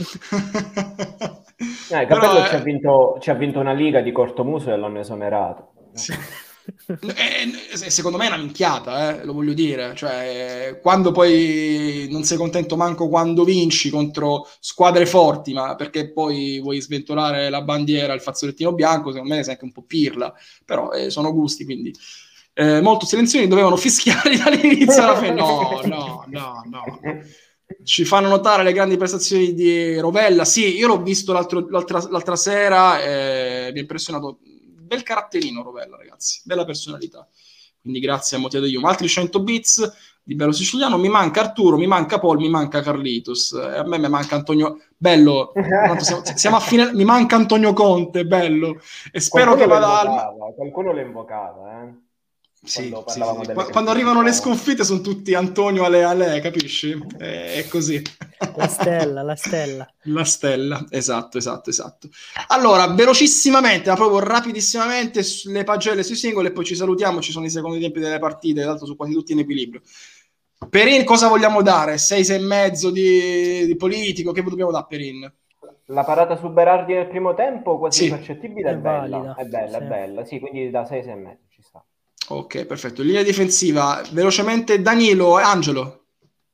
eh Capello è... ci, ha vinto, ci ha vinto una liga di cortomuso e l'hanno esonerato. Sì. E, secondo me è una minchiata, eh, lo voglio dire. Cioè, quando poi non sei contento manco quando vinci contro squadre forti, ma perché poi vuoi sventolare la bandiera, il fazzolettino bianco, secondo me sei anche un po' pirla. Però eh, sono gusti, quindi... Eh, molto silenziosi, dovevano fischiare dall'inizio alla fine. No, no, no, no. Ci fanno notare le grandi prestazioni di Rovella. Sì, io l'ho visto l'altro, l'altra, l'altra sera e mi ha impressionato. Bel caratterino Rovella, ragazzi. Bella personalità. Quindi grazie a Motia de Jum. Altri cento bits di Bello Siciliano. Mi manca Arturo, mi manca Paul, mi manca Carlitos. E a me mi manca Antonio... Bello. Siamo, siamo a fine... Mi manca Antonio Conte, bello. E spero qualcuno che vada... Invocava, qualcuno l'ha invocata, eh. Sì, quando, sì, sì. Qu- quando arrivano le sconfitte sono tutti Antonio Ale Ale, capisci? È, è così. La stella, la stella. La stella, esatto, esatto, esatto. Allora, velocissimamente, ma proprio rapidissimamente, le pagelle sui singoli e poi ci salutiamo, ci sono i secondi tempi delle partite, tra l'altro sono quasi tutti in equilibrio. Perin, cosa vogliamo dare? sei, sei e mezzo di, di politico, che dobbiamo dare Perin? La parata su Berardi nel primo tempo, quasi sì. impercettibile, è, è bella, valida. è bella, sì. è bella, sì, quindi da sei, sei e mezzo ci sta. Ok, perfetto. Linea difensiva, velocemente Danilo e Angelo.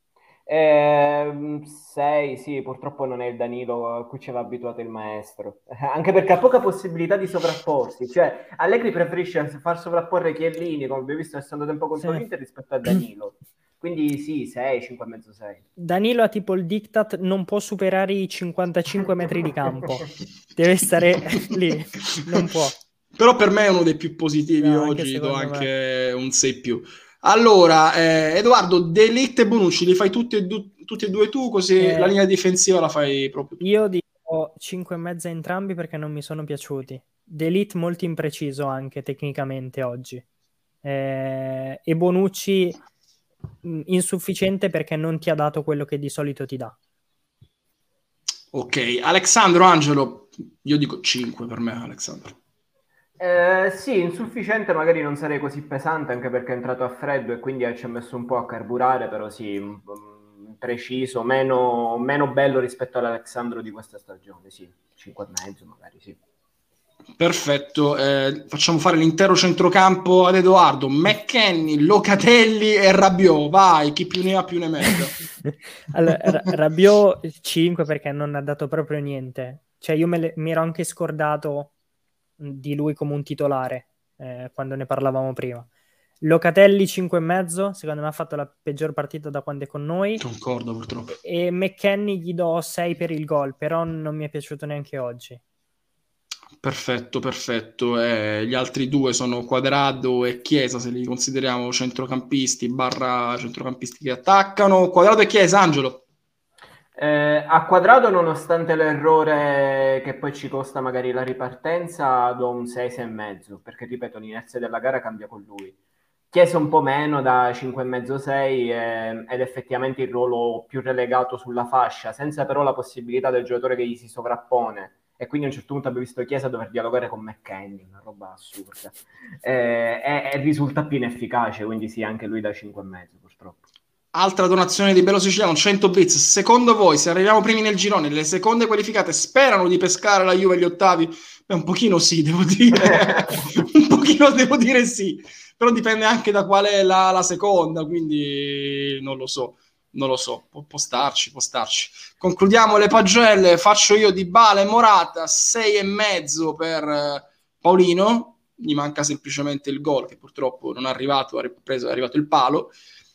Eh, sei, sì, purtroppo non è il Danilo a cui ci aveva abituato il maestro, anche perché ha poca possibilità di sovrapporsi, cioè Allegri preferisce far sovrapporre Chiellini, come abbiamo visto nel secondo tempo contro sì. l'Inter, rispetto a Danilo. Quindi sì, sei, cinque e mezzo, sei. Danilo ha tipo il diktat, non può superare i cinquantacinque metri di campo, deve stare lì, non può. Però per me è uno dei più positivi no, oggi, do anche me. un sei più. Allora, eh, Edoardo, De Ligt e Bonucci li fai tutti e, du- tutti e due tu, così Eh, la linea difensiva la fai proprio tu. Io dico cinque e mezza entrambi perché non mi sono piaciuti. D'Elite molto impreciso anche tecnicamente oggi. Eh, e Bonucci mh, insufficiente perché non ti ha dato quello che di solito ti dà. Ok, Alexandro, Angelo, io dico cinque per me, Alexandro. Eh, sì, insufficiente, magari non sarei così pesante anche perché è entrato a freddo e quindi ci ha messo un po' a carburare, però sì, m- m- preciso, meno, meno bello rispetto all'Alexandro di questa stagione, sì, cinque e mezzo magari, sì. Perfetto, eh, facciamo fare l'intero centrocampo ad Edoardo, McKennie, Locatelli e Rabiot, vai, chi più ne ha più ne metta. Allora, Ra- Rabiot cinque perché non ha dato proprio niente. Cioè io me le- mi ero anche scordato di lui come un titolare eh, quando ne parlavamo prima. Locatelli cinque e mezzo, secondo me ha fatto la peggior partita da quando è con noi. Concordo purtroppo. E McKennie gli do sei per il gol, però non mi è piaciuto neanche oggi. Perfetto, perfetto. Eh, gli altri due sono Quadrado e Chiesa, se li consideriamo centrocampisti barra centrocampisti che attaccano. Quadrado e Chiesa, Angelo. Eh, a Quadrado, nonostante l'errore che poi ci costa magari la ripartenza, do un sei, sei e mezzo, perché ripeto, l'inerzia della gara cambia con lui. Chiesa un po' meno, da cinque e mezzo sei, eh, ed effettivamente il ruolo più relegato sulla fascia, senza però la possibilità del giocatore che gli si sovrappone. E quindi a un certo punto abbiamo visto Chiesa dover dialogare con McKennie, una roba assurda. Eh, e, e risulta più inefficace, quindi sì, anche lui da cinque e mezzo, purtroppo. Altra donazione di Bello Siciliano, cento bits. Secondo voi, se arriviamo primi nel girone, le seconde qualificate sperano di pescare la Juve agli ottavi? Beh, un pochino sì, devo dire. un pochino devo dire sì. Però dipende anche da qual è la, la seconda, quindi non lo so. Non lo so, può, può starci, può starci. Concludiamo le pagelle, faccio io Dybala e Morata, sei e mezzo per eh, Paolino, gli manca semplicemente il gol che purtroppo non è arrivato, ha preso, è arrivato il palo.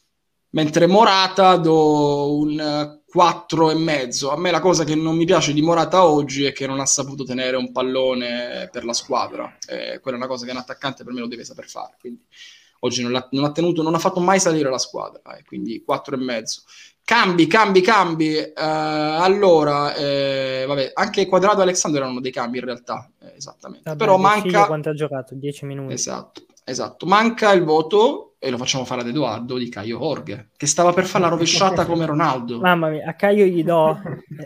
Mentre Morata do un quattro e mezzo. A me la cosa che non mi piace di Morata oggi è che non ha saputo tenere un pallone per la squadra. Eh, quella è una cosa che un attaccante per me lo deve saper fare. Quindi oggi non, l'ha, non ha tenuto, non ha fatto mai salire la squadra. Eh, quindi quattro e mezzo. Cambi, cambi, cambi. Eh, allora, eh, vabbè, anche Quadrado e Alexandro erano dei cambi in realtà. Eh, esattamente. Vabbè, Però De manca. Figlio quanto ha giocato? dieci minuti. Esatto. Esatto, manca il voto, e lo facciamo fare ad Edoardo, di Caio Jorge, che stava per fare la rovesciata come Ronaldo. Mamma mia, a Caio gli do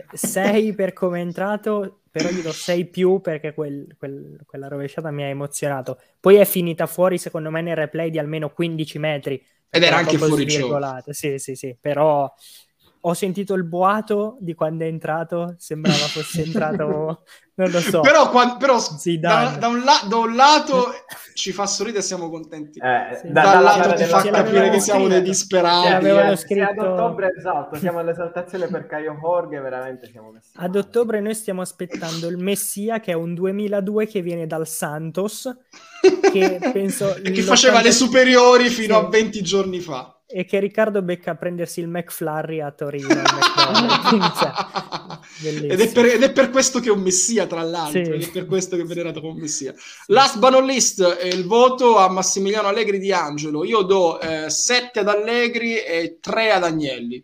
sei per come è entrato, però gli do sei più perché quel, quel, quella rovesciata mi ha emozionato. Poi è finita fuori, secondo me, nel replay di almeno quindici metri. Ed era anche fuori gioco. Sì, sì, sì, però ho sentito il boato di quando è entrato, sembrava fosse entrato, non lo so. Però, quando, però Zidane. da, da, un la, da un lato ci fa sorridere e siamo contenti. Eh, Sì. da, Dall'altro ti fa Ce capire l'avevano che siamo dei disperati. Ce l'avevano se ad scritto- ottobre, esatto, siamo all'esaltazione per Caio Jorge, veramente siamo messi Ad male. ottobre noi stiamo aspettando il Messia, che è un duemiladue che viene dal Santos, che penso E che faceva le l'ottanta superiori fino Sì. a venti giorni fa. e che Riccardo becca a prendersi il McFlurry a Torino. il McFlurry. Quindi, cioè, bellissimo. Ed è, per, ed è per questo che è un messia, tra l'altro, Sì. ed è per questo che è venerato come un messia. Last but not least, è il voto a Massimiliano Allegri di Angelo. Io do eh, sette ad Allegri e tre ad Agnelli.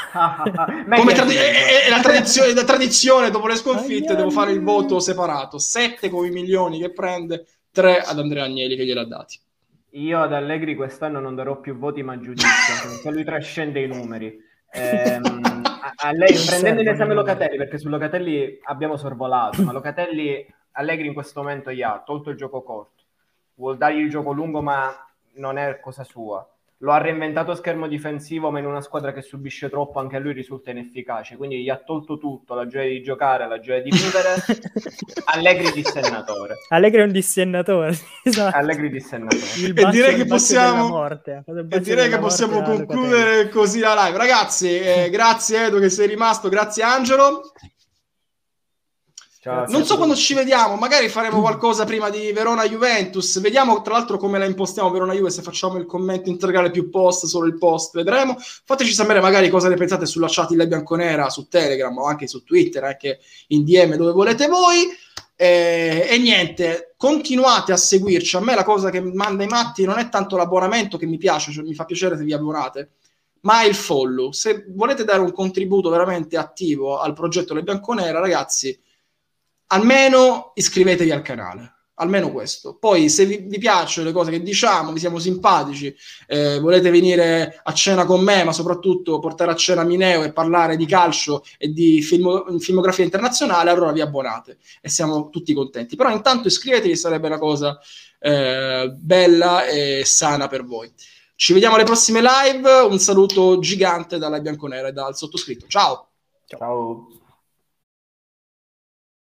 Come tradi- è, è la, tradizione, la tradizione, dopo le sconfitte, Agnelli. devo fare il voto separato. sette come i milioni che prende, tre ad Andrea Agnelli che gliel'ha dati. Io ad Allegri quest'anno non darò più voti ma giudizi, perché lui trascende i numeri. Ehm, a, a lei, Non prendendo in servono esame i numeri. Locatelli, perché su Locatelli abbiamo sorvolato, ma Locatelli Allegri in questo momento gli ha tolto il gioco corto, vuol dargli il gioco lungo ma non è cosa sua. Lo ha reinventato schermo difensivo, ma in una squadra che subisce troppo anche a lui risulta inefficace. Quindi gli ha tolto tutto, la gioia di giocare, la gioia di vivere. Allegri dissennatore. Allegri è un dissennatore. Esatto. Allegri dissennatore. Il E bacio- direi il che bacio possiamo- della morte. Ha fatto il E bacio direi della che possiamo morte a Locatelli. concludere così la live. Ragazzi, eh, grazie Edo che sei rimasto, grazie Angelo. Ciao, Non so ciao. quando ci vediamo, magari faremo qualcosa prima di Verona-Juventus. Vediamo tra l'altro come la impostiamo Verona-Juve, se facciamo il commento integrale più post, solo il post, vedremo. Fateci sapere magari cosa ne pensate sulla chat Illa Bianconera, su Telegram o anche su Twitter, anche in D M dove volete voi. E, e niente, continuate a seguirci. A me la cosa che manda i matti non è tanto l'abbonamento, che mi piace, cioè mi fa piacere se vi abbonate, mai il follow. Se volete dare un contributo veramente attivo al progetto Le Bianconera, ragazzi, almeno iscrivetevi al canale. Almeno questo. Poi se vi, vi piacciono le cose che diciamo, vi siamo simpatici, eh, volete venire a cena con me, ma soprattutto portare a cena Mineo e parlare di calcio e di film, filmografia internazionale, allora vi abbonate e siamo tutti contenti. Però intanto iscrivetevi, sarebbe una cosa eh, bella e sana per voi. Ci vediamo alle prossime live. Un saluto gigante dalla Bianconera e dal sottoscritto. Ciao! Ciao!